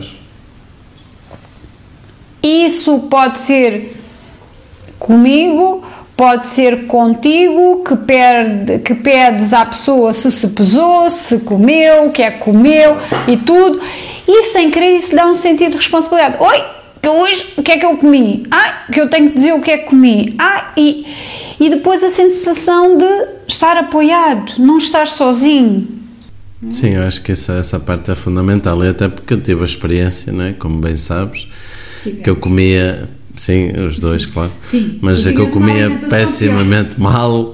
Isso pode ser comigo, pode ser contigo, que pedes à pessoa se pesou, se comeu, o que é que comeu e tudo, e sem querer isso dá um sentido de responsabilidade. Oi, que hoje o que é que eu comi? Que eu tenho que dizer o que é que comi. E depois a sensação de estar apoiado, não estar sozinho. Sim, eu acho que essa parte é fundamental, e até porque eu tive a experiência, não é? Como bem sabes, que eu comia, sim, os dois, claro, Sim, mas é que eu comia pessimamente mal,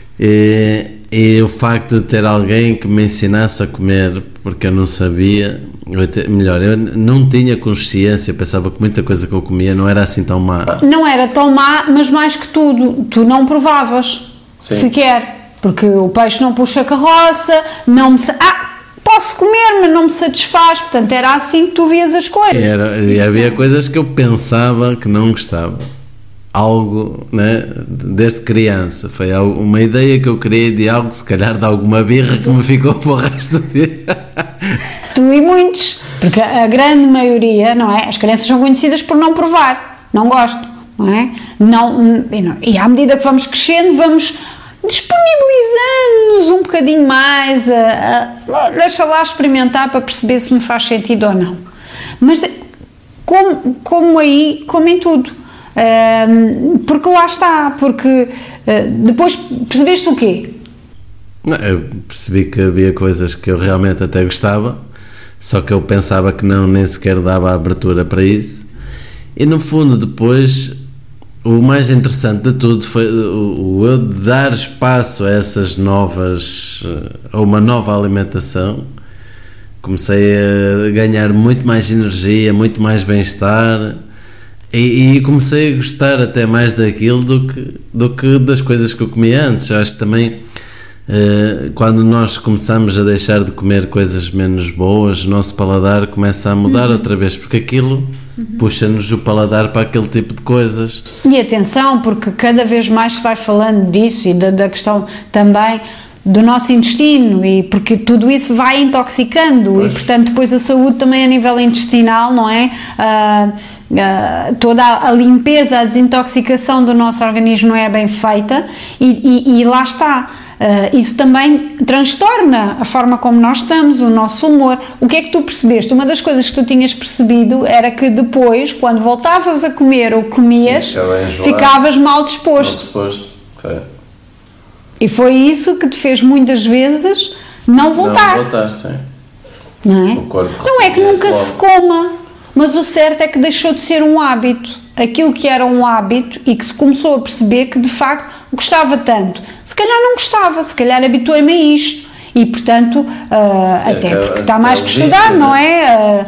e o facto de ter alguém que me ensinasse a comer, porque eu não sabia, eu não tinha consciência, eu pensava que muita coisa que eu comia não era assim tão má. Não era tão má, mas mais que tudo, tu não provavas, Sim. sequer, porque o peixe não puxa carroça, não me... posso comer, mas não me satisfaz, portanto era assim que tu vias as coisas. E havia coisas que eu pensava que não gostava. Algo, né, desde criança, foi uma ideia que eu criei de algo, se calhar de alguma birra que me ficou para o resto do dia. Tu e muitos, porque a grande maioria, não é? As crianças são conhecidas por não provar, não gostam, não é? E à medida que vamos crescendo, vamos disponibilizando-nos um bocadinho mais, deixa lá experimentar para perceber se me faz sentido ou não. Mas como em tudo, porque lá está, porque depois percebeste o quê? Não, eu percebi que havia coisas que eu realmente até gostava, só que eu pensava que nem sequer dava abertura para isso, e no fundo depois o mais interessante de tudo foi o eu dar espaço a essas a uma nova alimentação. Comecei a ganhar muito mais energia, muito mais bem-estar, e comecei a gostar até mais daquilo do que das coisas que eu comia antes. Eu acho que também quando nós começamos a deixar de comer coisas menos boas, o nosso paladar começa a mudar outra vez, porque aquilo puxa-nos o paladar para aquele tipo de coisas. E atenção, porque cada vez mais se vai falando disso e da questão também do nosso intestino, e porque tudo isso vai intoxicando. Pois. E portanto depois a saúde também a nível intestinal, não é? Toda a limpeza, a desintoxicação do nosso organismo não é bem feita, e lá está. Isso também transtorna a forma como nós estamos, o nosso humor. O que é que tu percebeste? Uma das coisas que tu tinhas percebido era que depois, quando voltavas a comer ou comias, ficavas mal disposto. Foi. E foi isso que te fez muitas vezes não voltar. Não voltar, sim. Não é? Não é que nunca logo se coma, mas o certo é que deixou de ser um hábito. Aquilo que era um hábito e que se começou a perceber que de facto gostava tanto. Se calhar não gostava, se calhar habituei-me a isto. E portanto, até porque está mais que estudado, não é?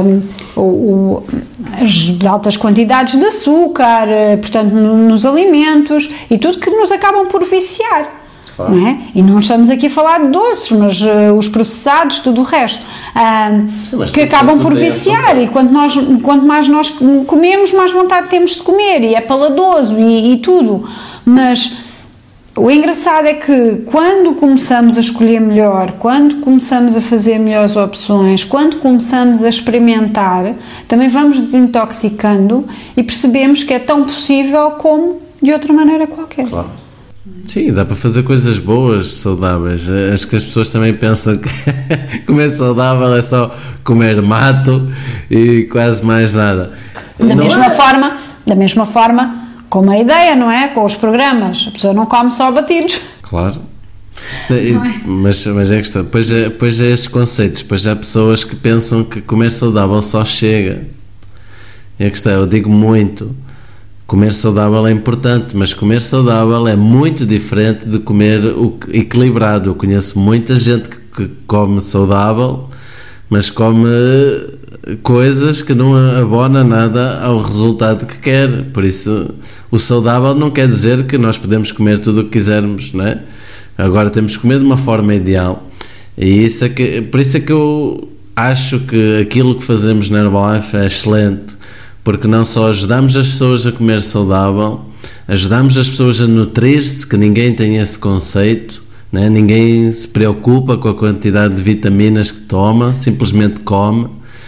As altas quantidades de açúcar, portanto, nos alimentos e tudo que nos acabam por viciar. Claro. Não é? E não estamos aqui a falar de doces, mas os processados, tudo o resto, que acabam por viciar, e quanto mais nós comemos, mais vontade temos de comer, e é paladoso e tudo. Mas o engraçado é que quando começamos a escolher melhor, quando começamos a fazer melhores opções, quando começamos a experimentar, também vamos desintoxicando e percebemos que é tão possível como de outra maneira qualquer. Claro. Sim, dá para fazer coisas boas, saudáveis. Acho que as pessoas também pensam que comer saudável é só comer mato e quase mais nada. Da mesma forma, como a ideia, não é? Com os programas, a pessoa não come só batidos. Claro. Mas é que está. Depois é estes conceitos. Depois há pessoas que pensam que comer saudável só chega. É que está. Eu digo muito. Comer saudável é importante, mas comer saudável é muito diferente de comer equilibrado. Eu conheço muita gente que come saudável, mas come coisas que não abona nada ao resultado que quer. Por isso, o saudável não quer dizer que nós podemos comer tudo o que quisermos, não é? Agora temos que comer de uma forma ideal. E isso é que, por isso é que eu acho que aquilo que fazemos na Herbalife é excelente, porque não só ajudamos as pessoas a comer saudável, ajudamos as pessoas a nutrir-se, que ninguém tem esse conceito, né? Ninguém se preocupa com a quantidade de vitaminas que toma, simplesmente come,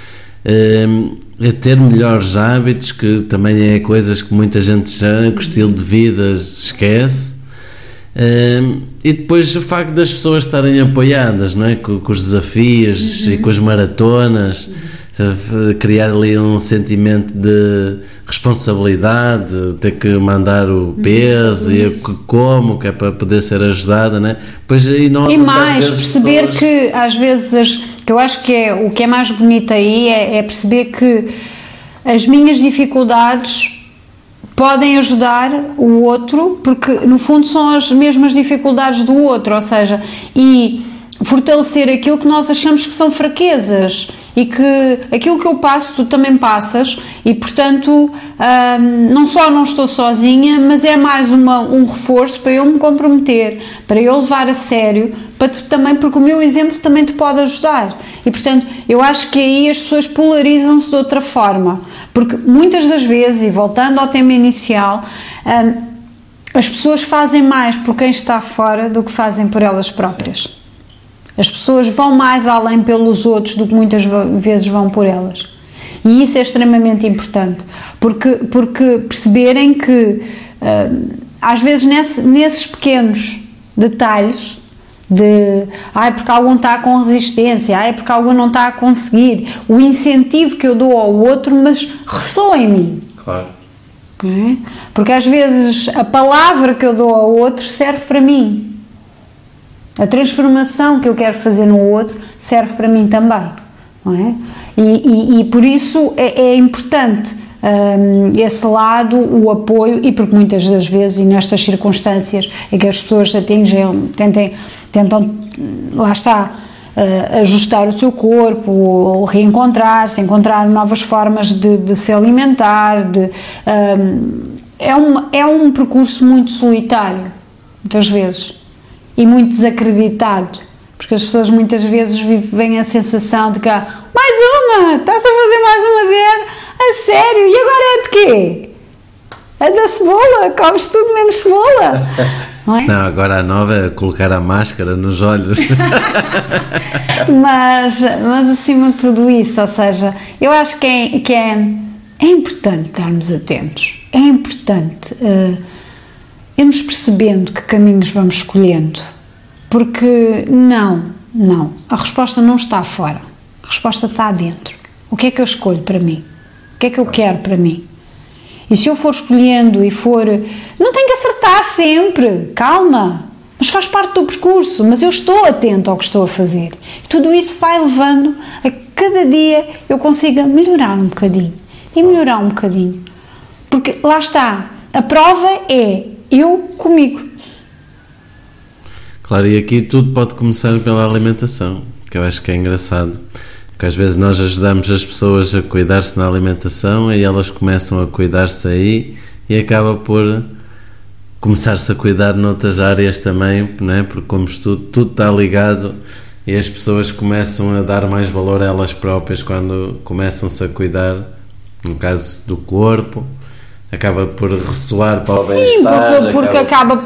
a ter melhores hábitos, que também é coisas que muita gente já, com o estilo de vida, esquece. E depois o facto das pessoas estarem apoiadas, não é? com os desafios e com as maratonas, criar ali um sentimento de responsabilidade, ter que mandar o peso e como, que é para poder ser ajudada, não é? Pois, e mais, perceber pessoas... que às vezes, que eu acho que é o que é mais bonito aí, é perceber que as minhas dificuldades podem ajudar o outro, porque no fundo são as mesmas dificuldades do outro, ou seja, e fortalecer aquilo que nós achamos que são fraquezas, e que aquilo que eu passo tu também passas, e portanto não só não estou sozinha, mas é mais um reforço para eu me comprometer, para eu levar a sério, também, porque o meu exemplo também te pode ajudar. E portanto eu acho que aí as pessoas polarizam-se de outra forma, porque muitas das vezes, e voltando ao tema inicial, as pessoas fazem mais por quem está fora do que fazem por elas próprias. As pessoas vão mais além pelos outros do que muitas vezes vão por elas. E isso é extremamente importante, porque perceberem que, às vezes, nesses pequenos detalhes, porque algum está com resistência, porque algum não está a conseguir, o incentivo que eu dou ao outro, mas ressoa em mim. Claro. É? Porque às vezes a palavra que eu dou ao outro serve para mim. A transformação que eu quero fazer no outro serve para mim também, não é? E por isso é importante esse lado, o apoio, e porque muitas das vezes, e nestas circunstâncias em que as pessoas tentam, lá está, ajustar o seu corpo, ou reencontrar-se, encontrar novas formas de se alimentar, é um percurso muito solitário, muitas vezes. E muito desacreditado, porque as pessoas muitas vezes vivem a sensação de que mais uma, estás a fazer mais uma dieta, a sério, e agora é de quê? A da cebola, comes tudo menos cebola, não é? Não, agora a nova é colocar a máscara nos olhos. mas acima de tudo isso, ou seja, eu acho que é importante estarmos atentos, é importante irmos percebendo que caminhos vamos escolhendo, porque a resposta não está fora, a resposta está dentro. O que é que eu escolho para mim? O que é que eu quero para mim? E se eu for escolhendo e for... Não tenho que acertar sempre, calma, mas faz parte do percurso, mas eu estou atento ao que estou a fazer. E tudo isso vai levando a cada dia eu consiga melhorar um bocadinho, e melhorar um bocadinho. Porque lá está, a prova é eu comigo. Claro, e aqui tudo pode começar pela alimentação, que eu acho que é engraçado, porque às vezes nós ajudamos as pessoas a cuidar-se na alimentação e elas começam a cuidar-se aí e acaba por começar-se a cuidar noutras áreas também, não é? Porque como tudo está ligado, e as pessoas começam a dar mais valor a elas próprias quando começam-se a cuidar, no caso do corpo, acaba por ressoar para o bem-estar. Sim, porque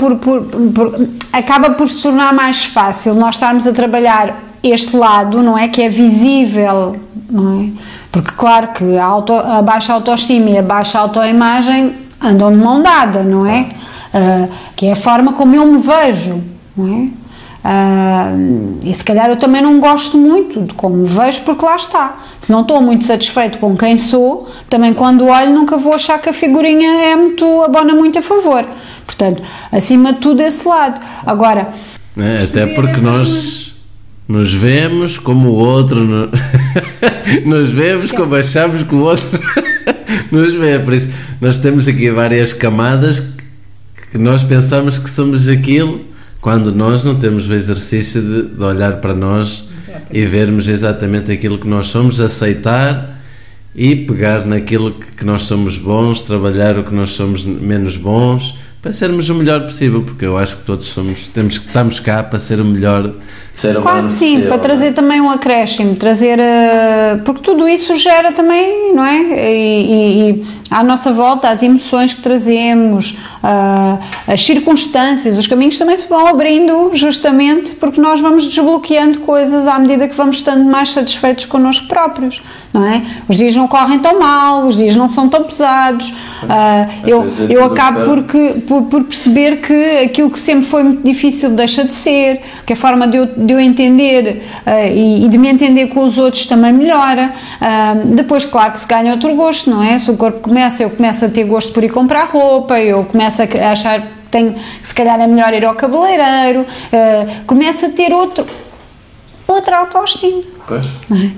acaba por se tornar mais fácil nós estarmos a trabalhar este lado, não é? Que é visível, não é? Porque claro que a baixa autoestima e a baixa autoimagem andam de mão dada, não é? Que é a forma como eu me vejo, não é? E se calhar eu também não gosto muito de como me vejo, porque lá está, se não estou muito satisfeito com quem sou, também quando olho nunca vou achar que a figurinha abona muito a favor. Portanto, acima de tudo esse lado. Agora, até porque nós nos vemos como o outro nos vemos como achamos que o outro nos vê, por isso nós temos aqui várias camadas que nós pensamos que somos aquilo, quando nós não temos o exercício de olhar para nós e vermos exatamente aquilo que nós somos, aceitar e pegar naquilo que nós somos bons, trabalhar o que nós somos menos bons, para sermos o melhor possível, porque eu acho que todos estamos cá para ser o melhor ser humano Claro que sim, possível, para trazer também um acréscimo, porque tudo isso gera também, não é? E à nossa volta, as emoções que trazemos, as circunstâncias, os caminhos também se vão abrindo justamente porque nós vamos desbloqueando coisas à medida que vamos estando mais satisfeitos connosco próprios, não é? Os dias não correm tão mal, os dias não são tão pesados, eu acabo por perceber que aquilo que sempre foi muito difícil deixa de ser, que a forma de eu entender e de me entender com os outros também melhora. Depois, claro que se ganha outro gosto, não é? Se o corpo eu começo a ter gosto por ir comprar roupa, eu começo a achar que se calhar é melhor ir ao cabeleireiro, começo a ter outra autoestima. Pois. Não é?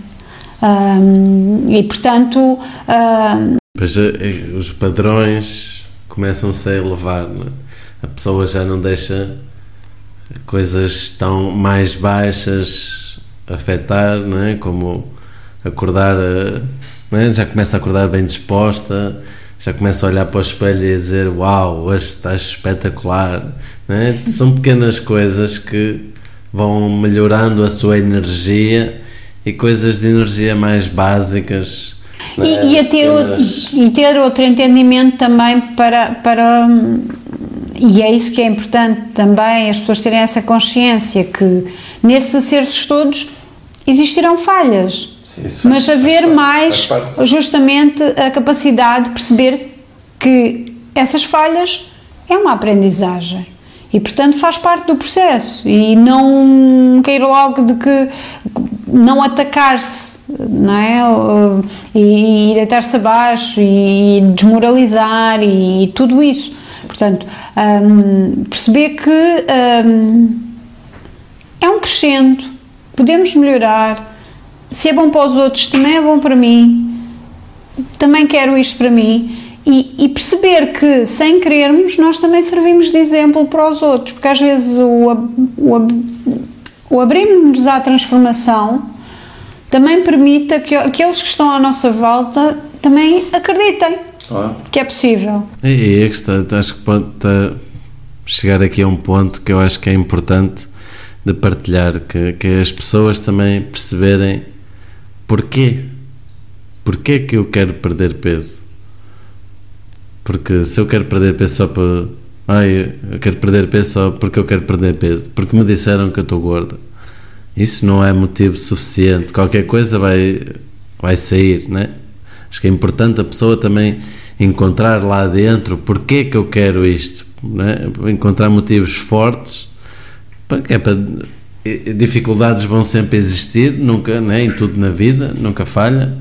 E portanto... Pois os padrões começam-se a elevar, não é? A pessoa já não deixa coisas tão mais baixas afetar, não é? Como acordar, não é? Já começa a acordar bem disposta, já começa a olhar para o espelho e a dizer uau, hoje estás espetacular, não é? São pequenas coisas que vão melhorando a sua energia e coisas de energia mais básicas. E ter outro entendimento também e é isso que é importante também, as pessoas terem essa consciência que nesses acertos todos existirão falhas, sim, mas haver mais justamente a capacidade de perceber que essas falhas é uma aprendizagem e portanto faz parte do processo e não cair logo de que não atacar-se, não é? E deitar-se abaixo e desmoralizar e tudo isso. Portanto, perceber que é um crescendo, podemos melhorar, se é bom para os outros também é bom para mim, também quero isto para mim e perceber que sem querermos nós também servimos de exemplo para os outros, porque às vezes o abrirmos à transformação também permita que aqueles que estão à nossa volta também acreditem que é possível. E é que acho que pode chegar aqui a um ponto que eu acho que é importante de partilhar, que as pessoas também perceberem porquê que eu quero perder peso. Porque se eu quero perder peso só para eu quero perder peso só porque eu quero perder peso, porque me disseram que eu estou gorda, isso não é motivo suficiente. Qualquer coisa vai sair, não é? Acho que é importante a pessoa também encontrar lá dentro porque que eu quero isto, não é? Encontrar motivos fortes, dificuldades vão sempre existir, nunca, não é? Em tudo na vida, nunca falha,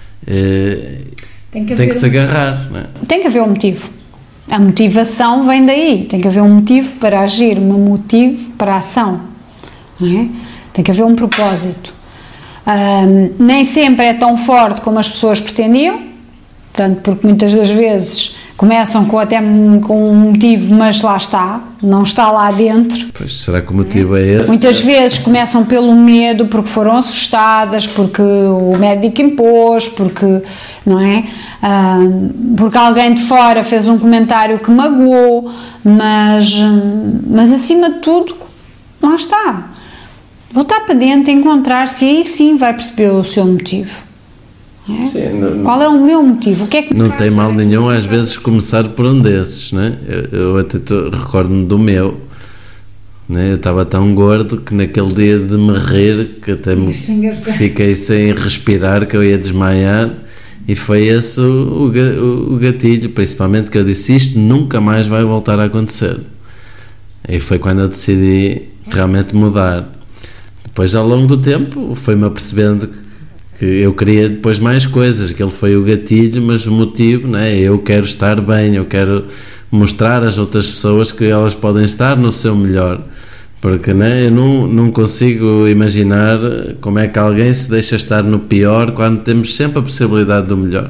tem que se agarrar, não é? Tem que haver um motivo, a motivação vem daí, tem que haver um motivo para agir, um motivo para a ação, não é? Tem que haver um propósito. Nem sempre é tão forte como as pessoas pretendiam, portanto, porque muitas das vezes começam até com um motivo, mas lá está, não está lá dentro. Pois, será que o motivo é esse? Muitas vezes começam pelo medo, porque foram assustadas, porque o médico impôs, porque, não é? Porque alguém de fora fez um comentário que magoou, mas acima de tudo, lá está. Voltar para dentro, encontrar-se e aí sim vai perceber o seu motivo. É? Sim, qual é o meu motivo? O que é que não tem mal nenhum às vezes começar por um desses, não é? Eu até recordo-me do meu, não é? Eu estava tão gordo que naquele dia de me rir que até fiquei sem respirar, que eu ia desmaiar, e foi esse o gatilho, principalmente, que eu disse: isto nunca mais vai voltar a acontecer. E foi quando eu decidi realmente mudar. Depois, ao longo do tempo, foi-me apercebendo que eu queria depois mais coisas, aquele foi o gatilho, mas o motivo, não é? Eu quero estar bem, eu quero mostrar às outras pessoas que elas podem estar no seu melhor, porque, não é? Eu não consigo imaginar como é que alguém se deixa estar no pior quando temos sempre a possibilidade do melhor.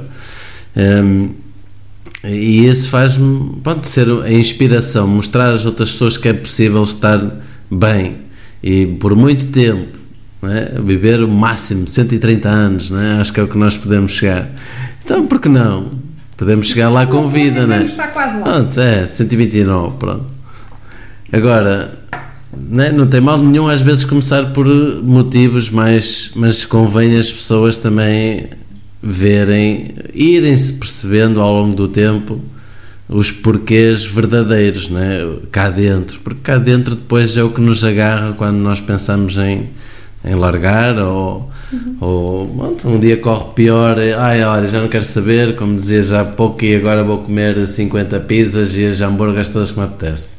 E isso faz-me, pode ser a inspiração, mostrar às outras pessoas que é possível estar bem e por muito tempo, não é? Viver o máximo 130 anos, não é? Acho que é o que nós podemos chegar. Então, por que não? Podemos chegar lá com vida, não é? Está quase lá. Pronto, 129, pronto. Agora, não tem mal nenhum às vezes começar por motivos mais, mas convém as pessoas também verem, irem-se percebendo ao longo do tempo os porquês verdadeiros, não é? Cá dentro, porque cá dentro depois é o que nos agarra quando nós pensamos em largar ou pronto, um dia corre pior, olha, já não quero saber, como dizia já há pouco, e agora vou comer 50 pizzas e as hambúrgueres todas que me apetece.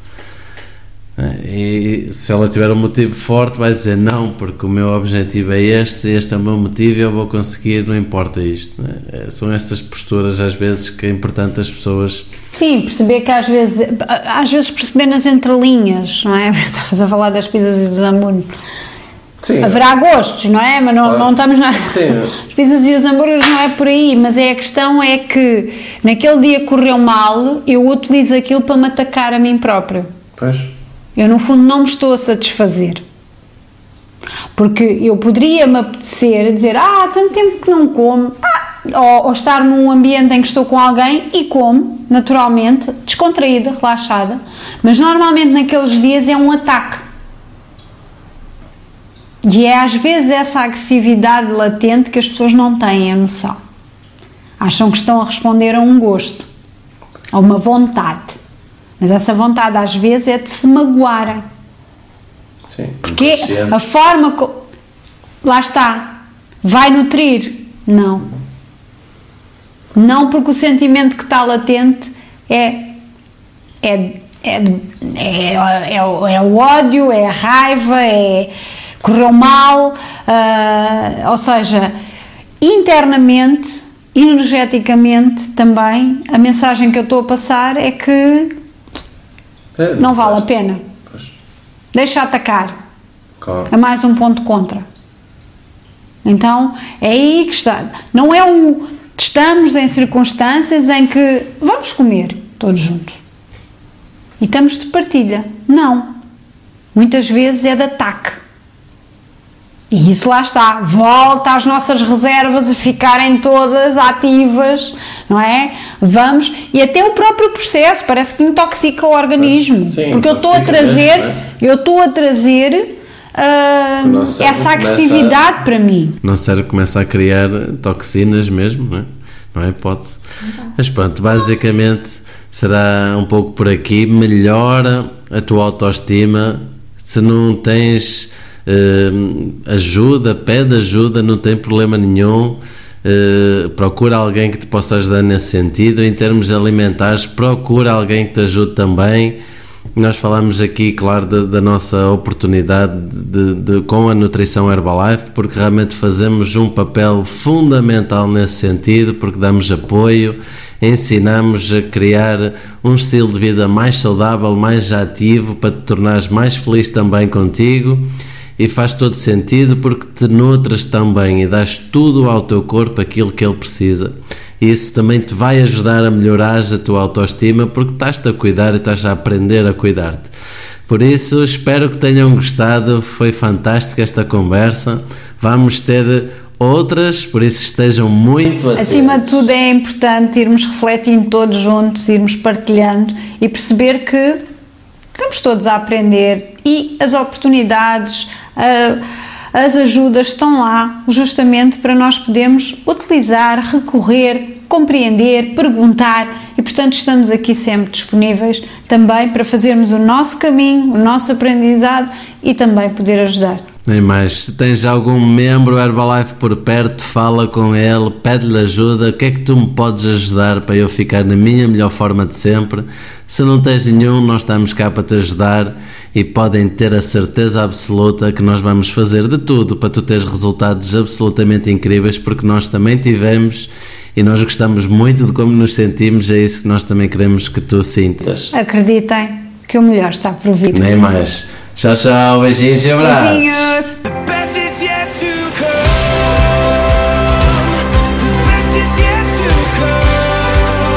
E se ela tiver um motivo forte, vai dizer não, porque o meu objetivo é este é o meu motivo e eu vou conseguir, não importa isto, não é? São estas posturas às vezes que é importante as pessoas. Sim, perceber que às vezes perceber nas entrelinhas, não é? Estavas a falar das pizzas e dos hambúrgueres. Sim, haverá gostos, não é? Mas não estamos na... Sim. As pizzas e os hambúrgueres não é por aí, mas a questão é que naquele dia correu mal, eu utilizo aquilo para me atacar a mim próprio. Pois. Eu no fundo não me estou a satisfazer. Porque eu poderia me apetecer dizer, há tanto tempo que não como, ou estar num ambiente em que estou com alguém e como, naturalmente, descontraída, relaxada, mas normalmente naqueles dias é um ataque. E é às vezes essa agressividade latente que as pessoas não têm a noção. Acham que estão a responder a um gosto, a uma vontade. Mas essa vontade às vezes é de se magoarem. Sim, porque a forma... Lá está. Vai nutrir? Não. Não, porque o sentimento que está latente é o ódio, é a raiva, correu mal, ou seja, internamente, energeticamente também, a mensagem que eu estou a passar é que não vale a pena. Deixa atacar. Claro. É mais um ponto contra. Então, é aí que está. Não é estamos em circunstâncias em que vamos comer todos juntos. E estamos de partilha. Não. Muitas vezes é de ataque. E isso lá está, volta às nossas reservas a ficarem todas ativas, não é? Vamos, e até o próprio processo parece que intoxica o organismo. Sim, porque eu estou a trazer essa agressividade para mim. O nosso cérebro começa a criar toxinas mesmo, não é? Não é hipótese. Mas pronto, basicamente será um pouco por aqui. Melhora a tua autoestima. Se não tens ajuda, pede ajuda, não tem problema nenhum. Procura alguém que te possa ajudar nesse sentido. Em termos alimentares, procura alguém que te ajude também. Nós falamos aqui, claro, da nossa oportunidade com a Nutrição Herbalife, porque realmente fazemos um papel fundamental nesse sentido, porque damos apoio, ensinamos a criar um estilo de vida mais saudável, mais ativo, para te tornares mais feliz também contigo. E faz todo sentido porque te nutres também e dás tudo ao teu corpo aquilo que ele precisa. E isso também te vai ajudar a melhorar a tua autoestima, porque estás-te a cuidar e estás a aprender a cuidar-te. Por isso, espero que tenham gostado, foi fantástica esta conversa. Vamos ter outras, por isso estejam muito atentos. Acima de tudo é importante irmos refletindo todos juntos, irmos partilhando e perceber que estamos todos a aprender e as oportunidades, as ajudas estão lá justamente para nós podermos utilizar, recorrer, compreender, perguntar e portanto estamos aqui sempre disponíveis também para fazermos o nosso caminho, o nosso aprendizado e também poder ajudar. Nem mais, se tens algum membro Herbalife por perto, fala com ele, pede-lhe ajuda, o que é que tu me podes ajudar para eu ficar na minha melhor forma de sempre? Se não tens nenhum, nós estamos cá para te ajudar e podem ter a certeza absoluta que nós vamos fazer de tudo para tu teres resultados absolutamente incríveis, porque nós também tivemos e nós gostamos muito de como nos sentimos, é isso que nós também queremos que tu sintas. Acreditem que o melhor está por vir. Nem mais. Tchau, tchau, beijinhos e abraços. Beijinhos.